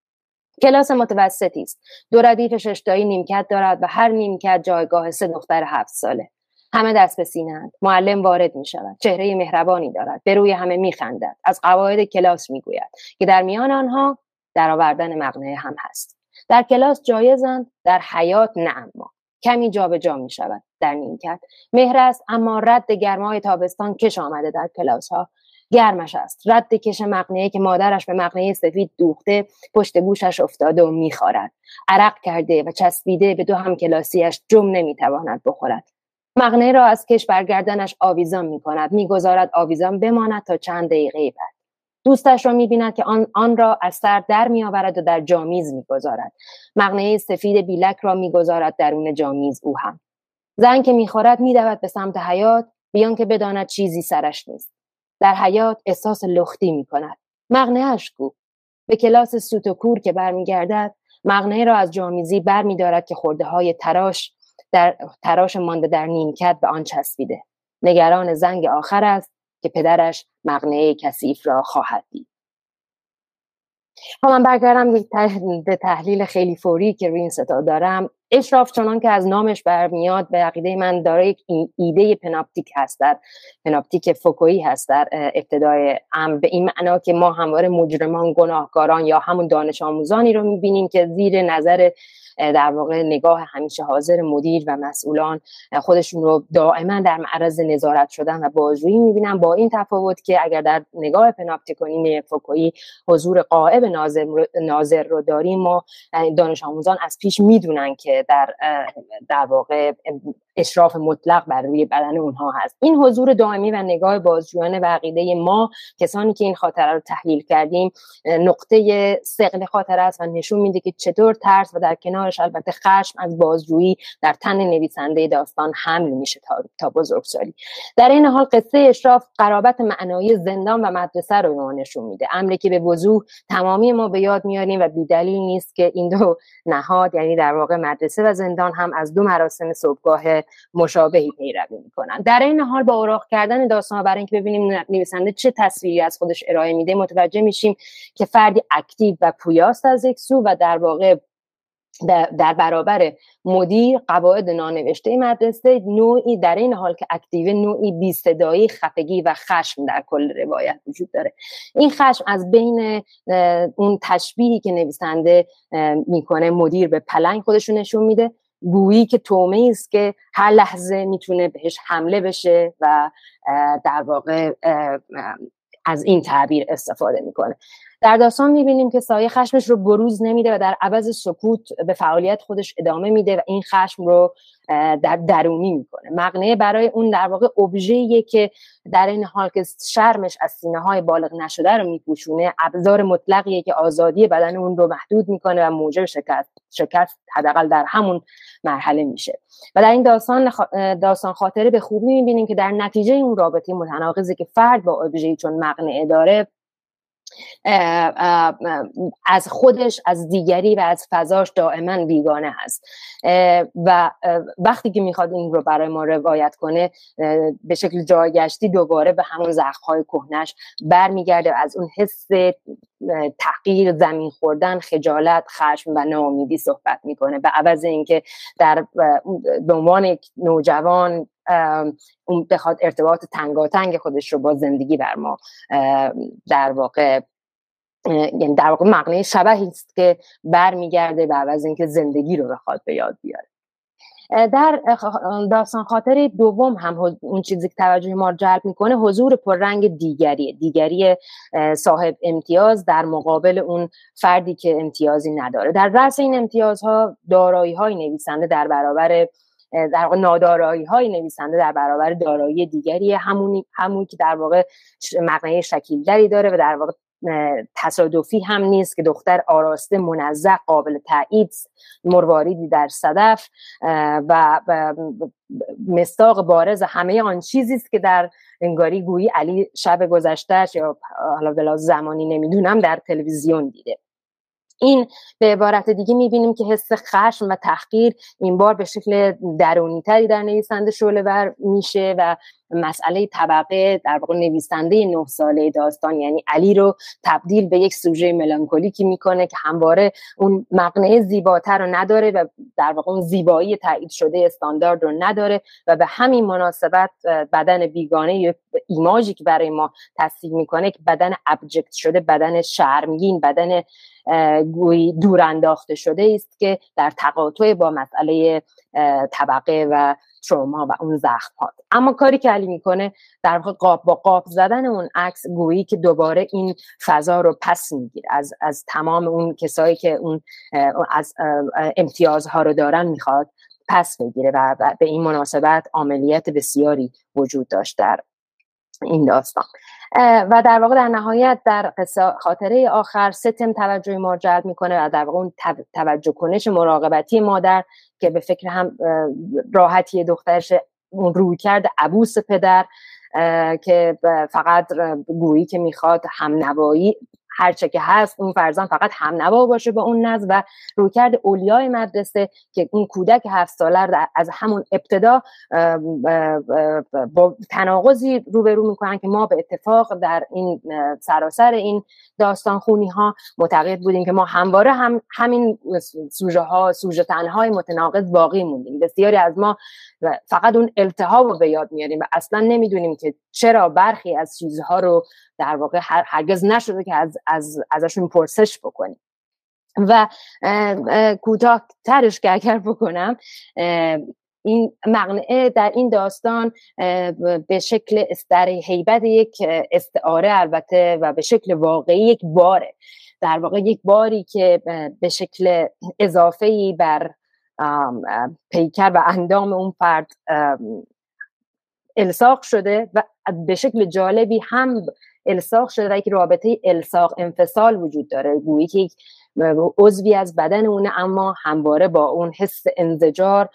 کلاس متوسطی است. دو ردیف ششتایی نیمکت دارد و هر نیمکت جایگاه سه دختر هفت ساله. همه دست به سینه‌اند. معلم وارد می‌شود. چهره مهربانی دارد. به روی همه می‌خندد. از قواعد کلاس می‌گوید که در میان آنها درآوردن مقنعه هم هست. در کلاس جایزند، در حیاط نه. اما کمی جابجا می‌شود. در نیمکت مهر است، اما رد گرمای تابستان کش آمده در کلاس‌ها. گرمش است. رد کش مقنعه که مادرش به مقنعه سفید دوخته پشت گوشش افتاده و می‌خورد. عرق کرده و چسبیده به دو همکلاسیش جم نمی‌تواند بخورد. مقنعه را از کش برگردنش آویزان می‌کند، می‌گذارد آویزان بماند تا چند دقیقه بعد. دوستش را می‌بیند که آن آن را از سر در می‌آورد و در جامیز می‌گذارد. مقنعه سفید بیلک را می‌گذارد درون جامیز او هم. زنگ که می‌خورد می‌دود به سمت حیاط، بیان که بداند چیزی سرش نیست. در حیات احساس لختی می کند. مقنعه‌اش کو؟ به کلاس سوت و کور که برمیگردد، مقنعه را از جامیزی بر می دارد که خورده های تراش در تراش مانده در نیمکت به آن چسبیده. نگران زنگ آخر است که پدرش مقنعه کثیف را خواهد دید. من برگردم به تحلیل خیلی فوری که روی این ستا دارم. اشراف چنان که از نامش برمیاد به عقیده من داره یک ایده پناپتیک هست، در پناپتیک فوکویی هست در ابتدای امر، به این معنا که ما همواره مجرمان، گناهکاران یا همون دانش آموزانی رو میبینیم که زیر نظر در واقع نگاه همیشه حاضر مدیر و مسئولان خودشون رو دائما در معرض نظارت شدن و بازجویی میبینن، با این تفاوت که اگر در نگاه پناپتیکونی فوکویی حضور غائب ناظر ناظر رو داریم، ما دانش آموزان از پیش میدونن که در در واقع اشراف مطلق بر روی بدن اونها هست. این حضور دائمی و نگاه بازجویانه و عقیده ما کسانی که این خاطره رو تحلیل کردیم نقطه ثقل خاطره است و نشون میده که چطور ترس و در کنارش البته خشم از بازجویی در تن نویسنده داستان حمل میشه تا, تا بزرگسالی. در این حال قصه اشراف قرابت معنایی زندان و مدرسه رو به ما نشون میده، امری که به وضوح تمامی ما به یاد میاریم و بی‌دلیل نیست که این دو نهاد، یعنی در واقع مدرسه و زندان، هم از دو مراسم صبحگاه مشابهی پیروی میکنن. در این حال با اوراق کردن داستان برای اینکه ببینیم نویسنده چه تصویری از خودش ارائه میده، متوجه میشیم که فردی اکتیو و پویاست از یک سو و در واقع در برابر مدیر قواعد نانوشته مدرسه نوعی در این حال که اکتیو نوعی بی صدایی، خفگی و خشم در کل روایت وجود داره. این خشم از بین اون تشبیهی که نویسنده میکنه مدیر به پلنگ خودشو نشون میده، گویی که طعمه‌ای است که هر لحظه میتونه بهش حمله بشه و در واقع از این تعبیر استفاده میکنه. در داستان میبینیم که سایه خشمش رو بروز نمیده و در عوض سکوت به فعالیت خودش ادامه میده و این خشم رو در درونی میکنه. مقنعه برای اون در واقع ابژه‌ایه که در این حال که شرمش از سینه‌های بالغ نشده رو میپوشونه، ابزار مطلقیه که آزادی بدن اون رو محدود میکنه و موجب شکست شکست حداقل در همون مرحله میشه. و در این داستان داستان خاطره به خوبی میبینیم که در نتیجه اون رابطه متناقضی که فرد با ابژه‌ای چون مقنعه داره اه اه از خودش، از دیگری و از فضاش دائما بیگانه هست و وقتی که میخواد این رو برای ما روایت کنه به شکل جایگشتی دوباره به همون زخم‌های کهنش برمیگرده، از اون حس تحقیر، زمین خوردن، خجالت، خشم و ناامیدی صحبت میکنه، به عوض اینکه در به عنوان یک نوجوان اون بخواد ارتباط تنگاتنگ خودش رو با زندگی بر ما در واقع یعنی در واقع مقنعه شبحی است که برمیگرده به عوض اینکه زندگی رو بخواد به یاد بیاره. در داستان خاطره دوم هم اون چیزی که توجه ما رو جلب میکنه حضور پررنگ دیگریه، دیگری صاحب امتیاز در مقابل اون فردی که امتیازی نداره. در رأس این امتیازها دارایی‌های نویسنده در برابر در واقع نادارایی های نویسنده در برابر دارایی دیگری، همونی همونی که در واقع مقنعه شکیل‌تری داره و در واقع تصادفی هم نیست که دختر آراسته، منزه، قابل تایید، مرواریدی در صدف و مصداق بارز همه آن چیزی است که در انگاری گویی علی شب گذشتهش یا حالا بلا زمانی نمیدونم در تلویزیون دیده. این به عبارت دیگه میبینیم که حس خشم و تحقیر این بار به شکل درونی‌تری در نویسنده شعله‌ور میشه و مسئله طبقه در واقع نویسنده نه ساله داستان یعنی علی رو تبدیل به یک سوژه ملانکولیکی میکنه که همواره اون مقنعه زیباتر رو نداره و در واقع اون زیبایی تایید شده استاندارد رو نداره و به همین مناسبت بدن بیگانه ایماژی که برای ما تصویر میکنه که بدن ابجکت شده، بدن شرمگین، بدن گویی دور انداخته شده است که در تقاطع با مسئله طبقه و تروما و اون زخم ها. اما کاری که علی میکنه در واقع قاب با قاب زدن اون عکس گویی که دوباره این فضا رو پس میگیره از از تمام اون کسایی که اون از امتیازها رو دارن میخواد پس بگیره و به این مناسبت عملیات بسیاری وجود داشت در این داستان. و در واقع در نهایت در قصه خاطره آخر ستم توجه ما جلب میکنه و در واقع اون توجه کنش مراقبتی مادر که به فکر هم راحتی دخترش اون روی کرده عبوس پدر که فقط گویی که میخواد همنوایی هرچه که هست اون فرزند فقط همنوا باشه با اون نسل، و رویکرد اولیای مدرسه که اون کودک هفت ساله از همون ابتدا با تناقضی روبرو میکنن که ما به اتفاق در این سراسر این داستان خونی ها معتقد بودیم که ما همواره هم همین سوژه ها سوژه تنهای متناقض باقی موندیم. بسیاری از ما فقط اون التهاب رو به یاد میاریم و اصلا نمیدونیم که چرا برخی از چیزها رو در واقع هرگز نشده که از از ازشون پرسش بکنیم. و کوتاه ترش که اگر بکنم، این مقنعه در این داستان به شکل در هیبت یک استعاره البته و به شکل واقعی یک باره، در واقع یک باری که به شکل اضافه‌ای بر پیکر و اندام اون فرد الساق شده و به شکل جالبی هم الساق شده و یک رابطه الساق انفصال وجود داره، گویی که یک عضوی از بدن اونه اما همواره با اون حس انزجار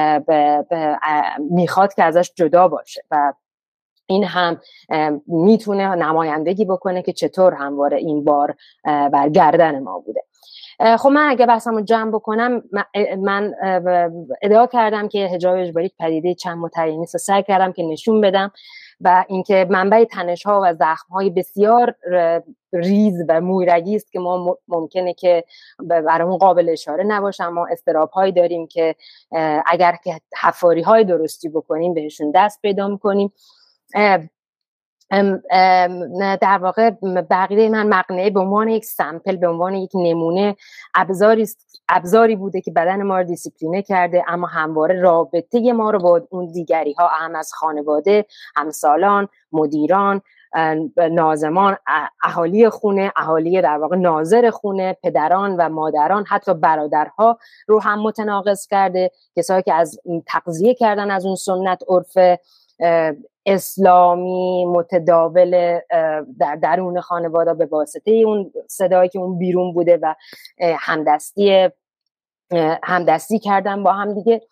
میخواد که ازش جدا باشه و این هم میتونه نمایندگی بکنه که چطور همواره این بار بر گردن ما بوده. خب من اگه بحثمو جمع بکنم، من ادعا کردم که حجاب اجباری پدیده چند متری نیست، سعی کردم که نشون بدم و اینکه منبع تنش‌ها و زخم‌های بسیار ریز و مویرگی است که ما ممکنه که برامون قابل اشاره نباشه، اما اضطراب‌هایی داریم که اگر که حفاری‌های درستی بکنیم بهشون دست پیدا می‌کنیم. ام ام در واقع بقیه من مقنعه به عنوان یک سمپل، به عنوان یک نمونه ابزاری ابزاری بوده که بدن ما رو دیسیپلینه کرده، اما همواره رابطه ما رو با اون دیگری ها، اهم از خانواده، همسالان، مدیران، ناظمان، اهالی خونه، اهالی در واقع ناظر خونه، پدران و مادران، حتی برادرها رو هم متناقض کرده. کسایی که از تغذیه کردن از اون سنت عرف اسلامی متداول در درون خانواده به واسطه اون صدایی که اون بیرون بوده و همدستی همدستی کردن با هم دیگه،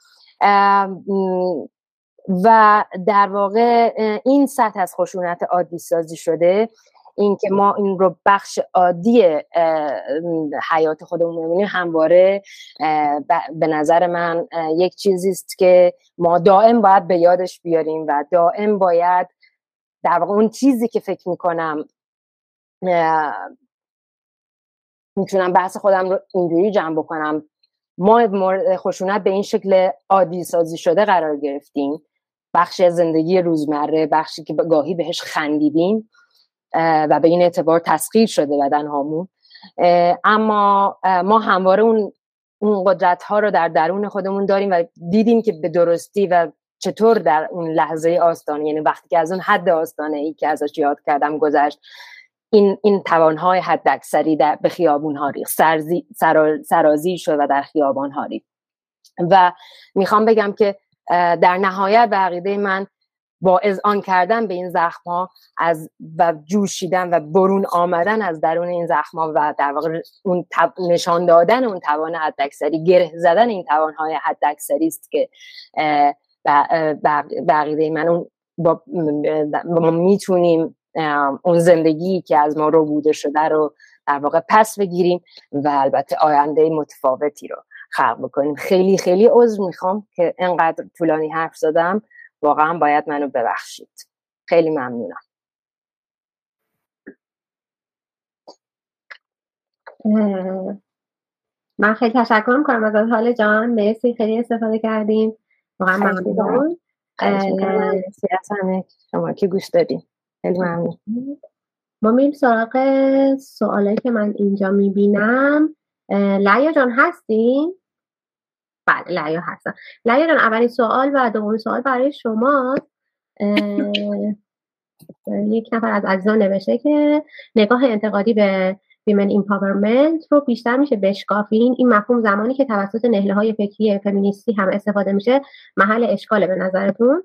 و در واقع این سطح از خشونت عادی سازی شده، این که ما این رو بخش عادی حیات خودمون می‌بینیم، همواره به نظر من یک چیزی است که ما دائم باید به یادش بیاریم و دائم باید در واقع اون چیزی که فکر میکنم میتونم بحث خودم رو اینجوری جمع بکنم، ما مورد خشونت به این شکل عادی سازی شده قرار گرفتیم، بخشی از زندگی روزمره، بخشی که گاهی بهش خندیدیم و به این اعتبار تسخیر شده بدن هامون، اما ما همواره اون اون قدرت ها رو در درون خودمون داریم و دیدیم که به درستی و چطور در اون لحظه آستانه، یعنی وقتی که از اون حد آستانه ای که ازش یاد کردم گذشت، این این توانهای حد اکثری در به خیابون ها ریخت، سرزی سرا، سرازی شد و در خیابان ها ریخت. و میخوام بگم که در نهایت به عقیده من با اذعان کردن به این زخم ها از و جوشیدن و برون آمدن از درون این زخم ها و در واقع اون تب... نشان دادن اون توان حداکثری، گره زدن این توان های حداکثری است که به عقیده من اون با... ما میتونیم اون زندگی که از ما رو بوده شده رو در واقع پس بگیریم و البته آینده متفاوتی رو خلق بکنیم. خیلی خیلی عذر میخوام که اینقدر طولانی حرف زدم، واقعا باید منو ببخشید. خیلی ممنونم. من خیلی تشکر میکنم از هاله جان، مرسی، خیلی استفاده کردیم، واقعا ممنون. مرسی از همه شما که گوش دادین، خیلی ممنون. ما میریم سراغ سوالایی که من اینجا میبینم. لعیا جان هستین؟ بله لعیا هستن. لعیا جان اولین سوال و دومین سوال برای شما. یک نفر از عزیزان نوشته که نگاه انتقادی به ویمن ایمپاورمنت رو بیشتر میشه بشکافین؟ این مفهوم زمانی که توسط نهله‌های فکری فمینیستی هم استفاده میشه محل اشکاله به نظرتون؟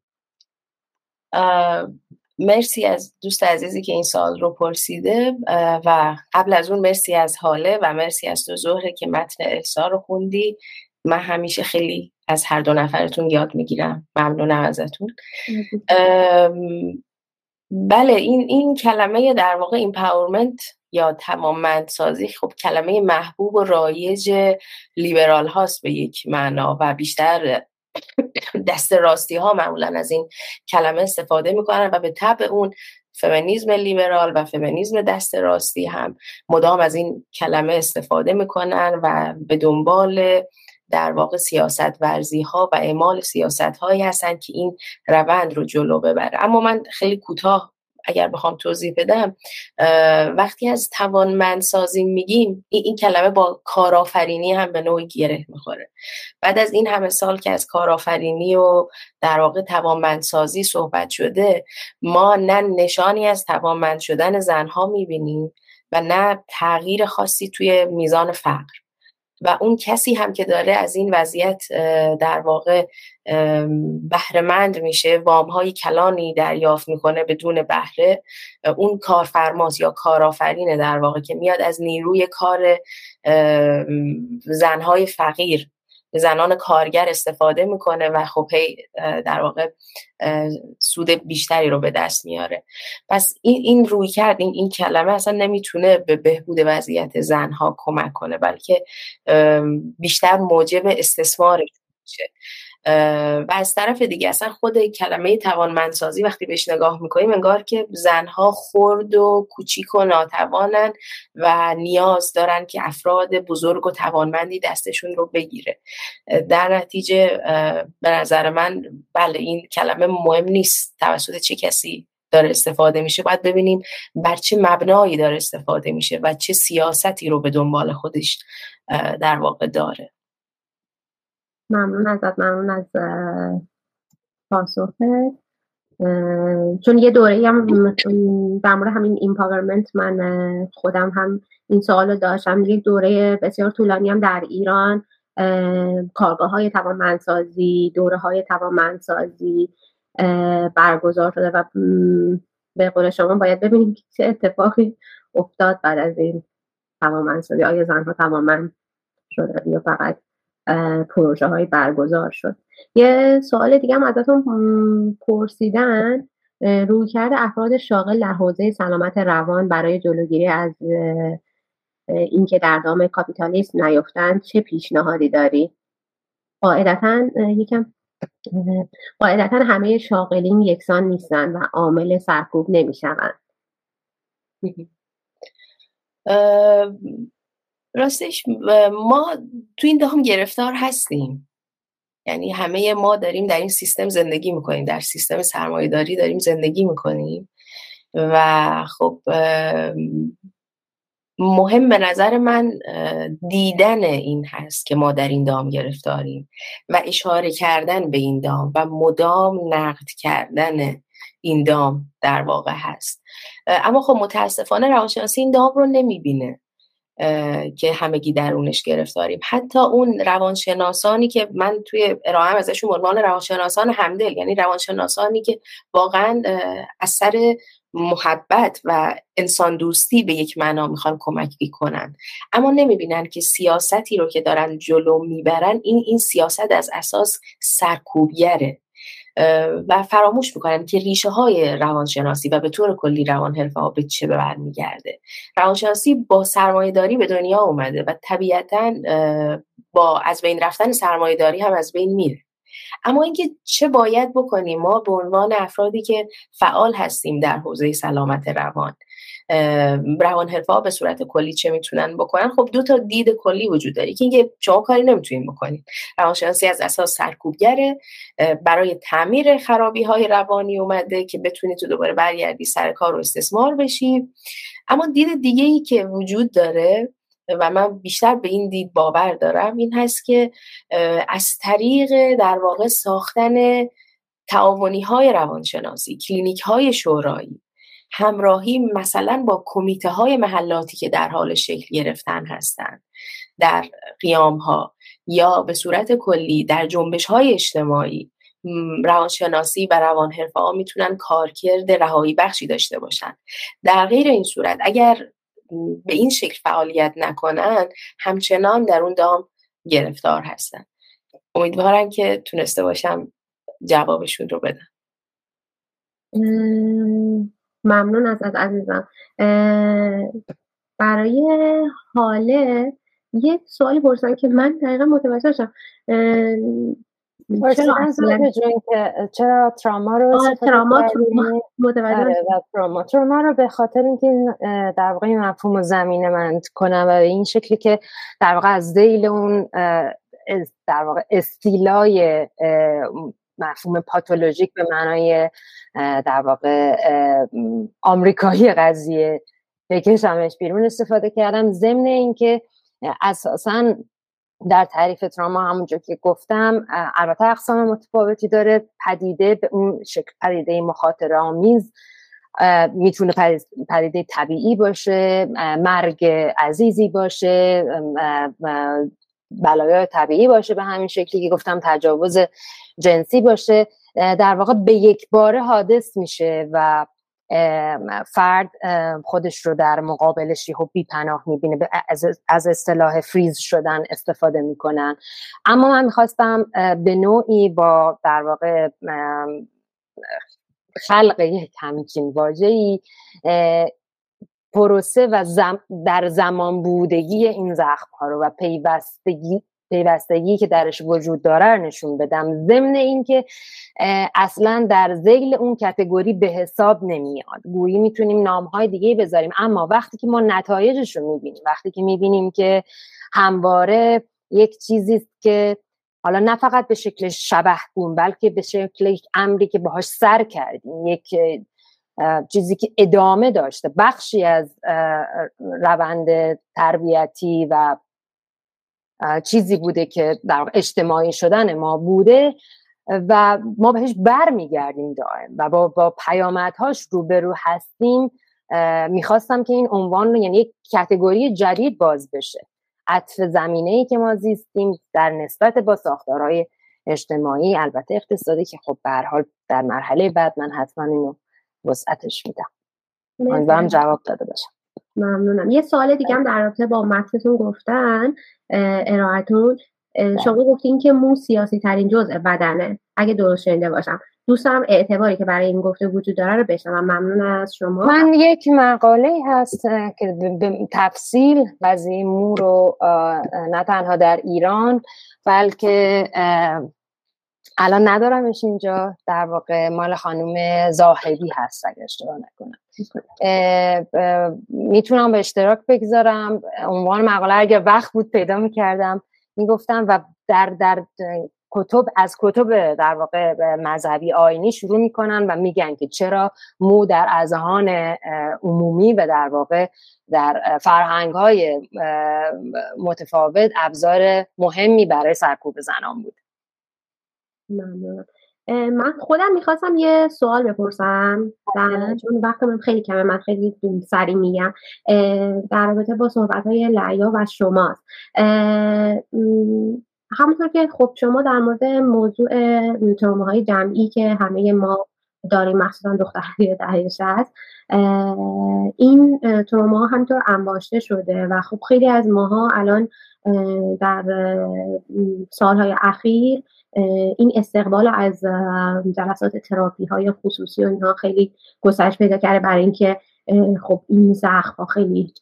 مرسی از دوست عزیزی که این سوال رو پرسیده و قبل از اون مرسی از حاله و مرسی از تو زهره که متن احسا رو خوندی. من همیشه خیلی از هر دو نفرتون یاد میگیرم. ممنونم ازتون. بله، این این کلمه در واقع ایمپاورمنت یا توانمندسازی خب کلمه محبوب و رایج لیبرال هاست به یک معنا و بیشتر دست راستی ها معمولا از این کلمه استفاده میکنن و به طبع اون فمینیسم لیبرال و فمینیسم دست راستی هم مدام از این کلمه استفاده میکنن و به دنبال در واقع سیاست ورزی ها و اعمال سیاست هایی هستن که این روند رو جلو ببره. اما من خیلی کوتاه اگر بخوام توضیح بدم، وقتی از توانمندسازی میگیم این, این کلمه با کارآفرینی هم به نوعی گره میخوره. بعد از این همه سال که از کارآفرینی و در واقع توانمندسازی صحبت شده، ما نه نشانی از توانمند شدن زنها میبینیم و نه تغییر خاصی توی میزان فقر. و اون کسی هم که داره از این وضعیت در واقع بهره‌مند میشه، وام‌های کلانی دریافت میکنه بدون بهره، اون کارفرماست یا کارآفرینه در واقع که میاد از نیروی کار زنهای فقیر، زنان کارگر استفاده میکنه و خب هی در واقع سود بیشتری رو به دست میاره. پس این این روی کرد این این کلمه اصلا نمیتونه به بهبود وضعیت زنها کمک کنه، بلکه بیشتر موجب استثمار میشه. و از طرف دیگه اصلا خود کلمه توانمندسازی وقتی بهش نگاه میکنیم انگار که زنها خرد و کوچیک و ناتوانن و نیاز دارن که افراد بزرگ و توانمندی دستشون رو بگیره. در نتیجه به نظر من بله این کلمه مهم نیست توسط چه کسی داره استفاده میشه، باید ببینیم بر چه مبنایی داره استفاده میشه و چه سیاستی رو به دنبال خودش در واقع داره. ممنون ازت، ممنون از پاسخت. چون یه دوره هم در مورد همین ایمپاورمنت من خودم هم این سوالو داشتم. یک دوره بسیار طولانی هم در ایران کارگاه های توانمندسازی، دوره های توانمندسازی برگزار شده و به قول شما باید ببینیم چه اتفاقی افتاد بعد از این توانمندسازی. آیا زنها توانمند شده یا فقط پروژه های برگزار شد؟ یه سوال دیگه هم ازتون پرسیدن رویکرد افراد شاغل در حوزه سلامت روان برای جلوگیری از اینکه در دام کاپیتالیسم نیفتن چه پیشنهادی داری؟ قاعدتاً یکم قاعدتاً همه شاغلین یکسان نیستن و عامل سرکوب نمیشن. راستش ما تو این دام گرفتار هستیم، یعنی همه ما داریم در این سیستم زندگی میکنیم، در سیستم سرمایه‌داری داریم زندگی میکنیم و خب مهم به نظر من دیدن این هست که ما در این دام گرفتاریم و اشاره کردن به این دام و مدام نقد کردن این دام در واقع هست. اما خب متاسفانه روانشناسی این دام رو نمیبینه که همگی درونش گرفتاریم. حتی اون روانشناسانی که من توی ارائه‌ام ازشون به عنوان روانشناسان همدل، یعنی روانشناسانی که واقعا اثر محبت و انسان دوستی به یک معنا میخوان کمک کنن، اما نمیبینن که سیاستی رو که دارن جلو میبرن این این سیاست از اساس سرکوبگره و فراموش میکنن که ریشه های روانشناسی و به طور کلی روان حرفه ها به چه برمیگرده. روانشناسی با سرمایه داری به دنیا اومده و طبیعتاً با از بین رفتن سرمایه داری هم از بین میره. اما اینکه چه باید بکنیم ما به عنوان افرادی که فعال هستیم در حوزه سلامت روان، روان حرفه ها به صورت کلی چه میتونن بکنن؟ خب دو تا دید کلی وجود داره که اینکه شما کاری نمیتونین بکنین. روانشناسی از اساس سرکوبگره، برای تعمیر خرابی های روانی اومده که بتونی تو دوباره برگردی سر کار و استثمار بشی. اما دید دیگه ای که وجود داره و من بیشتر به این دید باور دارم این هست که از طریق در واقع ساختن تعاونی های روانشناسی، کلینیک های شورایی، همراهی مثلا با کمیته های محلاتی که در حال شکل گرفتن هستند در قیام ها یا به صورت کلی در جنبش های اجتماعی، روانشناسی و روان حرفه ها میتونن کارکرد رهایی بخشی داشته باشن. در غیر این صورت اگر به این شکل فعالیت نکنن همچنان در اون دام گرفتار هستن. امیدوارم که تونسته باشم جوابشون رو بدم. ممنون از از عزیزم. برای حاله یه سوالی پرسن که من دقیقا متوجه شدم. چرا اصلا که چرا تراما رو استفاده تراما کردیم؟ متوجه آره تراما تراما رو به خاطر اینکه در واقع مفهوم رو زمینه مند کنم و به این شکلی که در واقع از ذیل اون در واقع استیلای مفهوم پاتولوژیک به معنای در واقع آمریکایی قضیه بکشمش بیرون استفاده کردم، ضمن اینکه اساساً در تعریف تراما همونجور که گفتم البته اقسام متفاوتی داره. پدیده به اون شکل پدیده مخاطره آمیز میتونه پدیده طبیعی باشه، مرگ عزیزی باشه، بلایای طبیعی باشه به همین شکلی که گفتم، تجاوز جنسی باشه. در واقع به یک باره حادث میشه و فرد خودش رو در مقابلش یهو بی‌پناه میبینه. از اصطلاح فریز شدن استفاده میکنن. اما من میخواستم به نوعی با در واقع خلق یک همچین واژه‌ای پروسه و زم در زمان بودگی این زخم ها رو و پیوستگی پیوستگی که درش وجود داره نشون بدم، ضمن این که اصلا در ذیل اون کاتگوری به حساب نمیاد. گویی میتونیم نامهای دیگه بذاریم، اما وقتی که ما نتایجش رو میبینیم، وقتی که میبینیم که همواره یک چیزی که حالا نه فقط به شکل شبحگون بلکه به شکل یک امری که باهاش سر کردیم، یک چیزی که ادامه داشته، بخشی از روند تربیتی و چیزی بوده که در اجتماعی شدن ما بوده و ما بهش بر میگردیم دائم و با, با پیامدهاش روبرو هستیم. میخواستم که این عنوان رو، یعنی یک کاتگوری جدید باز بشه، عطف زمینه‌ای که ما زیستیم در نسبت با ساختارهای اجتماعی، البته اقتصادی، که خب به هر حال در مرحله بعد من حتما اینو وسعتش میدم. امیدوارم جواب داده باشم. ممنونم. یه سوال دیگه هم در رابطه با متنتون گفتن ارائهتون، شما گفتین که مو سیاسی ترین جزء بدنه. اگه درست شنیده باشم، دوستم اعتباری که برای این گفته وجود داره رو بشنوم. ممنون از شما. من یک مقاله هست که به تفصیل قضیه مو رو نه تنها در ایران بلکه الان ندارمش اینجا، در واقع مال خانم زاهدی هست اگه اشتباه نکنم، میتونم به اشتراک بگذارم. عنوان مقاله اگر وقت بود پیدا میکردم میگفتم و در در کتب از کتب در واقع مذهبی آیینی شروع میکنن و میگن که چرا مو در اذهان عمومی و در واقع در فرهنگ‌های متفاوت ابزار مهمی برای سرکوب زنان بود. ممنونم. من خودم میخواستم یه سوال بپرسم، در چون وقت من خیلی کمه، من خیلی سریع میگم، در رابطه با صحبت‌های لعیا و شماست. همونطور که خب شما در مورد موضوع تروماهای جمعی که همه ما داریم، مخصوصا دخترهای دهه شصت، این تروما همینطور انباشته شده و خب خیلی از ماها الان در سالهای اخیر این استقبال از جلسات تراپی های خصوصی و اینها خیلی گسترش پیدا کرده، برای اینکه خب این زخم ها خیلی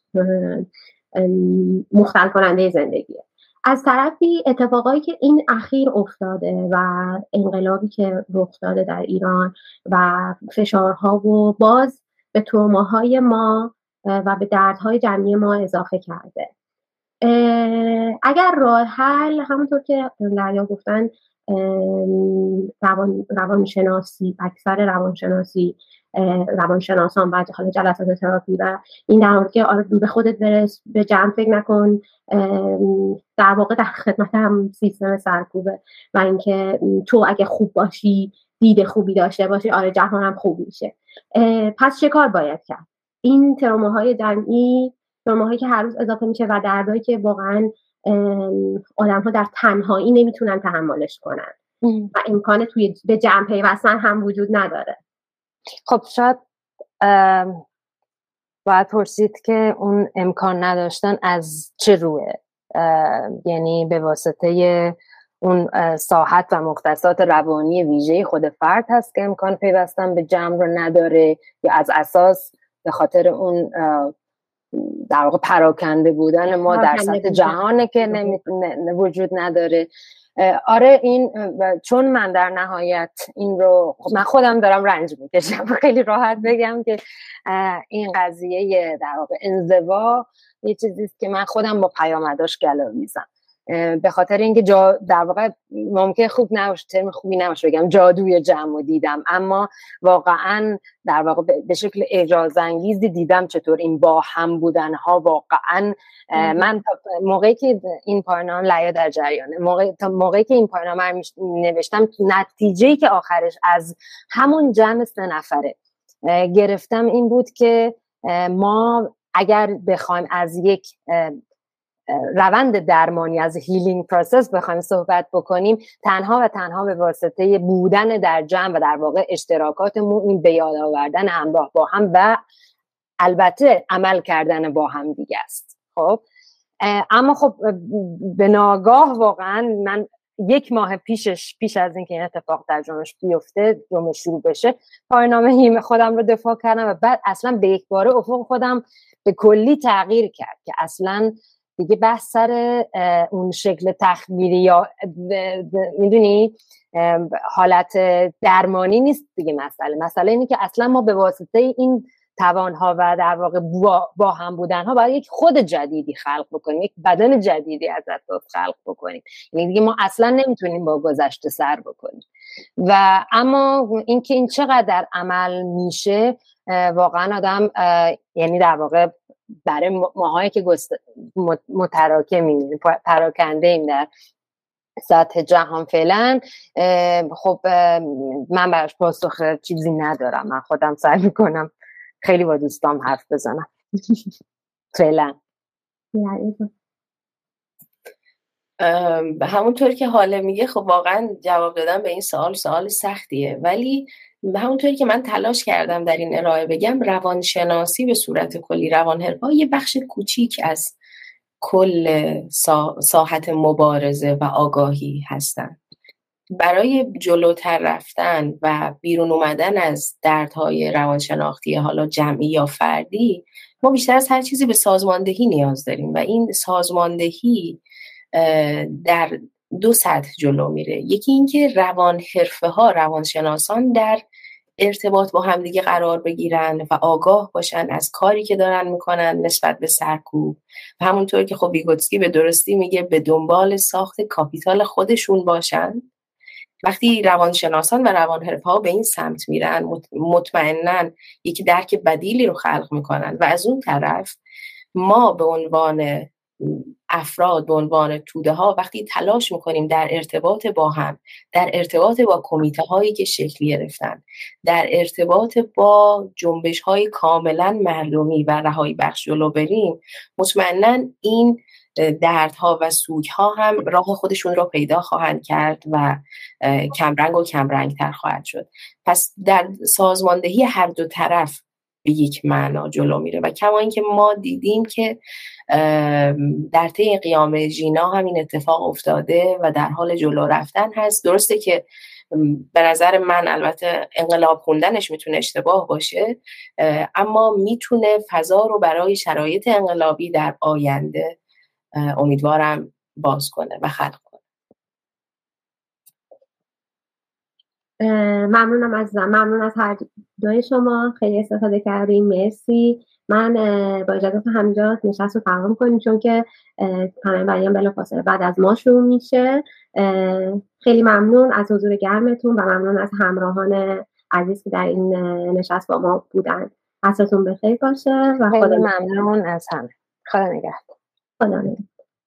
مختل کننده زندگیه. از طرفی اتفاقایی که این اخیر افتاده و انقلابی که رخ داده در ایران و فشارها و باز به تروماهای ما و به دردهای جمعی ما اضافه کرده. اگر راه حل همونطور که لعیا گفتن روان روانشناسی، اکثر روانشناسی روانشناسان بعد حالا جلسات تراپی و این در مورد که به خودت برس، به جمع فکر نکن، در واقع در خدمت هم سیستم سرکوبه و اینکه تو اگه خوب باشی، دید خوبی داشته باشی، آره جهان هم خوب میشه. پس چه کار باید کرد؟ این تروماهای جمعی، تروماهایی که هر روز اضافه میشه و دردهایی که واقعا آدم ها در تنهایی نمیتونن تحملش کنن ام. و امکان توی به جمع پیوستن هم وجود نداره. خب شاید باید پرسید که اون امکان نداشتن از چه روه، یعنی به واسطه اون ساحت و مختصات روانی ویژه خود فرد هست که امکان پیوستن به جمع رو نداره، یا از اساس به خاطر اون در واقع پراکنده بودن ما در سطح جهانه که نمی... ن... وجود نداره. آره این چون من در نهایت این رو من خودم دارم رنج میکشم، خیلی راحت بگم که این قضیه در واقع انزوا یه چیزیست که من خودم با پیامداش گلاویزم، به خاطر اینکه جا در واقع ممکن خوب نباشه، ترم خوبی نباشه بگم جادوی جمع دیدم، اما واقعا در واقع به شکل اعجازانگیزی دیدم چطور این با هم بودن ها واقعا. من موقعی که این پایان‌نامه لیا در جریانه، موقع تا موقعی که این پایان‌نامه رو نوشتم، نتیجه‌ای که آخرش از همون جمع سه نفره گرفتم این بود که ما اگر بخوایم از یک روند درمانی، از هیلینگ پروسس بخوایم صحبت بکنیم، تنها و تنها به واسطه بودن در جمع و در واقع اشتراکاتمون، این به یاد آوردن همراه با هم و البته عمل کردن با هم دیگه است. خب اما خب به ناگاه واقعا من یک ماه پیشش پیش از اینکه این اتفاق در جمعش بیفته، جمعه شروع بشه، پایان‌نامه هیم خودم رو دفاع کردم و بعد اصلا به یک باره افق خودم به کلی تغییر کرد که اصلا دیگه بحث سر اون شکل تخمیری یا میدونی حالت درمانی نیست دیگه. مسئله مسئله اینه که اصلا ما به واسطه این توانها و در واقع با, با هم بودنها باید یک خود جدیدی خلق بکنیم، یک بدن جدیدی از اطراف خلق بکنیم. یعنی دیگه ما اصلا نمیتونیم با گذشته سر بکنیم. و اما اینکه این چقدر در عمل میشه، واقعا آدم یعنی در واقع برای ماهایی که متراکمیم، پراکنده ایم در سطح جهان فعلا، خب من براش پاسخ چیزی ندارم. من خودم سعی میکنم خیلی با دوستام حرف بزنم فعلا. همونطور که حاله میگه، خب واقعا جواب دادن به این سوال سوال سختیه، ولی همونطوری که من تلاش کردم در این ارائه بگم، روانشناسی به صورت کلی، روان‌حرفه‌ها یه بخش کوچیک از کل سا... ساحت مبارزه و آگاهی هستن. برای جلوتر رفتن و بیرون اومدن از دردهای روانشناختی، حالا جمعی یا فردی، ما بیشتر از هر چیزی به سازماندهی نیاز داریم و این سازماندهی در دو سطح جلو میره. یکی این که روان حرفه ها، روانشناسان در ارتباط با همدیگه قرار بگیرن و آگاه باشن از کاری که دارن میکنن نسبت به سرکوب، و همونطور که خب ویگوتسکی به درستی میگه به دنبال ساخت کاپیتال خودشون باشن. وقتی روانشناسان و روانحرفه ها به این سمت میرن، مطمئنن یکی درک بدیلی رو خلق میکنن و از اون طرف ما به عنوان افراد، به عنوان توده ها، وقتی تلاش میکنیم در ارتباط با هم، در ارتباط با کمیته هایی که شکل گرفتن، در ارتباط با جنبش های کاملا مردمی و رهایی بخش جلو بریم، مطمئناً این دردها و سوگها هم راه خودشون رو پیدا خواهند کرد و کمرنگ و کمرنگ تر خواهد شد. پس در سازماندهی هر دو طرف به یک معنا جلو میره و کما اینکه ما دیدیم که در طی قیام ژینا همین اتفاق افتاده و در حال جلو رفتن هست. درسته که به نظر من البته انقلاب خوندنش میتونه اشتباه باشه، اما میتونه فضا رو برای شرایط انقلابی در آینده امیدوارم باز کنه و خلق کنه. ممنونم از ممنون از هر دوی شما، خیلی استفاده کردیم، مرسی. من با اجازه همینجا نشست رو تمام کنیم چون که پنل بیان بلافاصله بعد از ما شروع میشه. خیلی ممنون از حضور گرمتون و ممنون از همراهان عزیز که در این نشست با ما بودن. عصرتون بخیر باشه و خیلی ممنون از همه. خدا نگهدار. خدا نگهدار.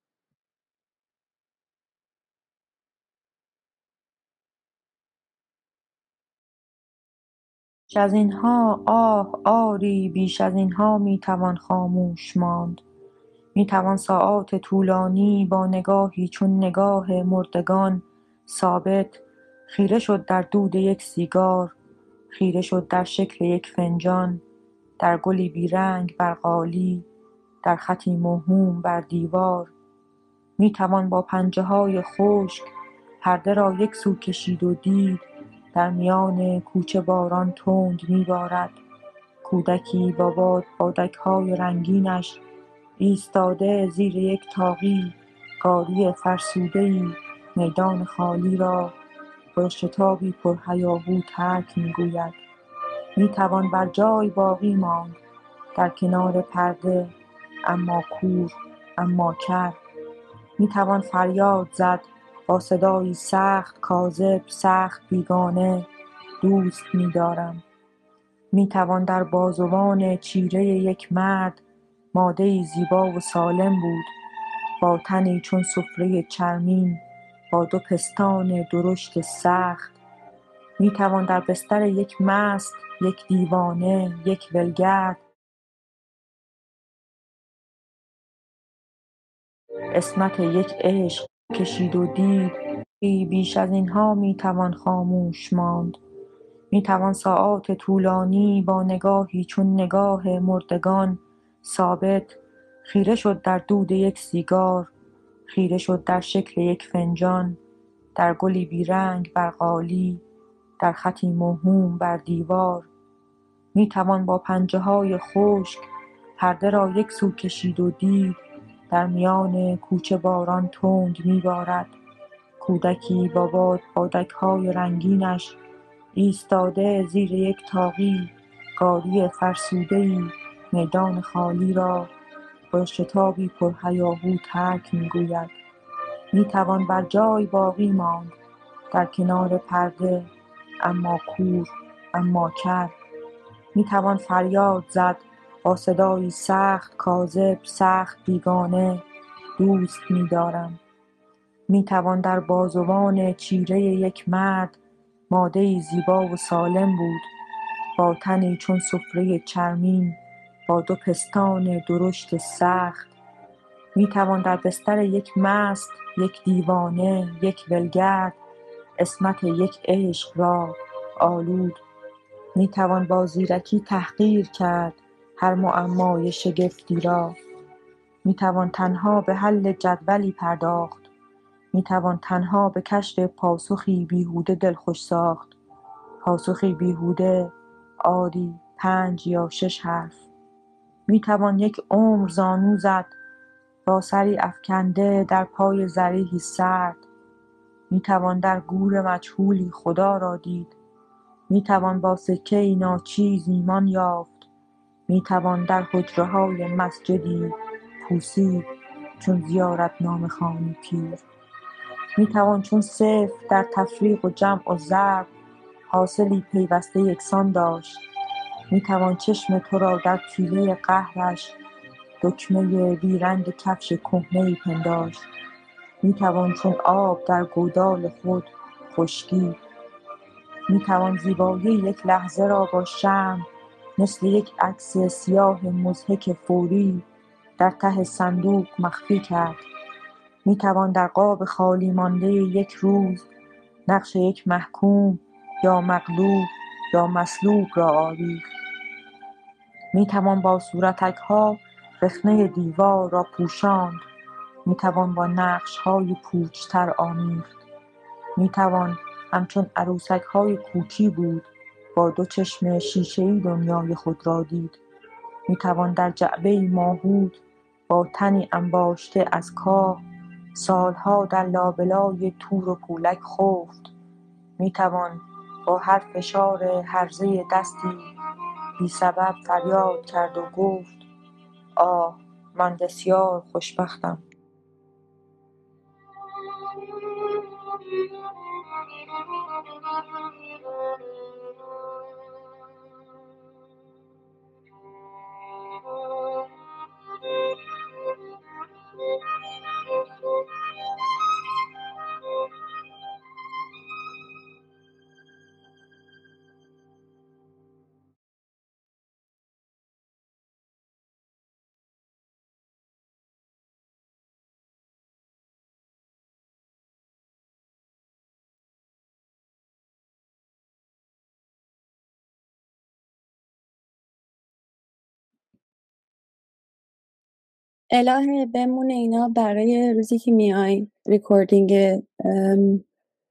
بیش از اینها آه آری، بیش از اینها میتوان خاموش ماند. میتوان ساعات طولانی با نگاهی چون نگاه مردگان ثابت خیره شد در دود یک سیگار، خیره شد در شکل یک فنجان، در گلی بیرنگ بر قالی، در خطی موهوم بر دیوار. میتوان با پنجه های خشک پرده را یک سو کشید و دید در میان کوچه باران تند میبارد. کودکی با باد بادک‌های رنگینش ایستاده زیر یک طاقی، قالی فرسوده‌ای میدان خالی را با شتابی پر هیاهو ترک میگوید. میتوان بر جای باقی ماند در کنار پرده، اما کور، اما کر. میتوان فریاد زد با صدایی سخت کاذب، سخت بیگانه: دوست می‌دارم. میتوان در بازوان چیره یک مرد، ماده‌ای زیبا و سالم بود، با تنی چون سفره چرمین، با دو پستان درشت سخت. میتوان در بستر یک مست، یک دیوانه، یک ولگرد، اسمت یک عشق کشید و دید بیش از اینها میتوان خاموش ماند. میتوان ساعات طولانی با نگاهی چون نگاه مردگان ثابت خیره شد در دود یک سیگار، خیره شد در شکل یک فنجان، در گلی بیرنگ بر قالی، در خطی موهوم بر دیوار. میتوان با پنجه های خشک پرده را یک سو کشید و دید در میان کوچه باران تند میبارد. کودکی با باد بادک‌های رنگینش ایستاده زیر یک طاقی، قالی فرسوده‌ای میدان خالی را با شتابی پر هیاهو ترک میگوید. میتوان بر جای باقی ماند در کنار پرده، اما کور، اما کر. میتوان فریاد زد با صدایی سخت کاذب، سخت بیگانه: دوست می‌دارم. میتوان در بازوان چیره یک مرد، ماده‌ای زیبا و سالم بود، با تنی چون سفره چرمین، با دو پستان درشت سخت. میتوان در بستر یک مست، یک دیوانه، یک ولگرد، اسمت یک عشق را آلود. میتوان با زیرکی تحقیر کرد هر معمای شگفتی را. میتوان تنها به حل جدولی پرداخت. میتوان تنها به کشف پاسخی بیهوده دلخوش ساخت. پاسخی بیهوده، آری پنج یا شش حرف. میتوان یک عمر زانو زد با سری افکنده در پای ذریحی سرد. میتوان در گور مجهولی خدا را دید. میتوان با سکه‌ای ناچیز ایمان یافت. میتوان در حجره‌های مسجدی پوسید چون زیارتنامه خوانی پیر. میتوان چون صفر در تفریق و جمع و ضرب حاصلی پیوسته یکسان داشت. میتوان چشم تو را در پیله قهرش دکمه بیرنگ کفش کهنه‌ای پنداشت. میتوان چون آب در گودال خود خشکی. میتوان زیبایی یک لحظه را با شرم مثل یک عکس سیاه مضحک فوری در ته صندوق مخفی کرد. میتوان در قاب خالی مانده یک روز نقش یک محکوم یا مغلوب یا مصلوب را آویخت. میتوان با صورتک‌ها رخنه دیوار را پوشاند. میتوان با نقش‌های پوچ‌تر آمیخت. میتوان همچون عروسک‌های کوکی بود با دو چشم شیشه‌ای دنیای خود را دید. میتوان در جعبه‌ای ماهود با تنی انباشته از کاه سالها در لابلای تور و پولک خفت. میتوان با هر فشار هرزه دستی بی سبب فریاد کرد و گفت: آه، من بسیار خوشبختم. الهه بمونه اینا برای روزی که میای ریکوردینگ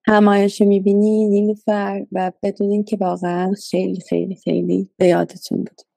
همایش رو میبینی نیلوفر و بدونین که واقعا خیلی خیلی خیلی به یادتون بود.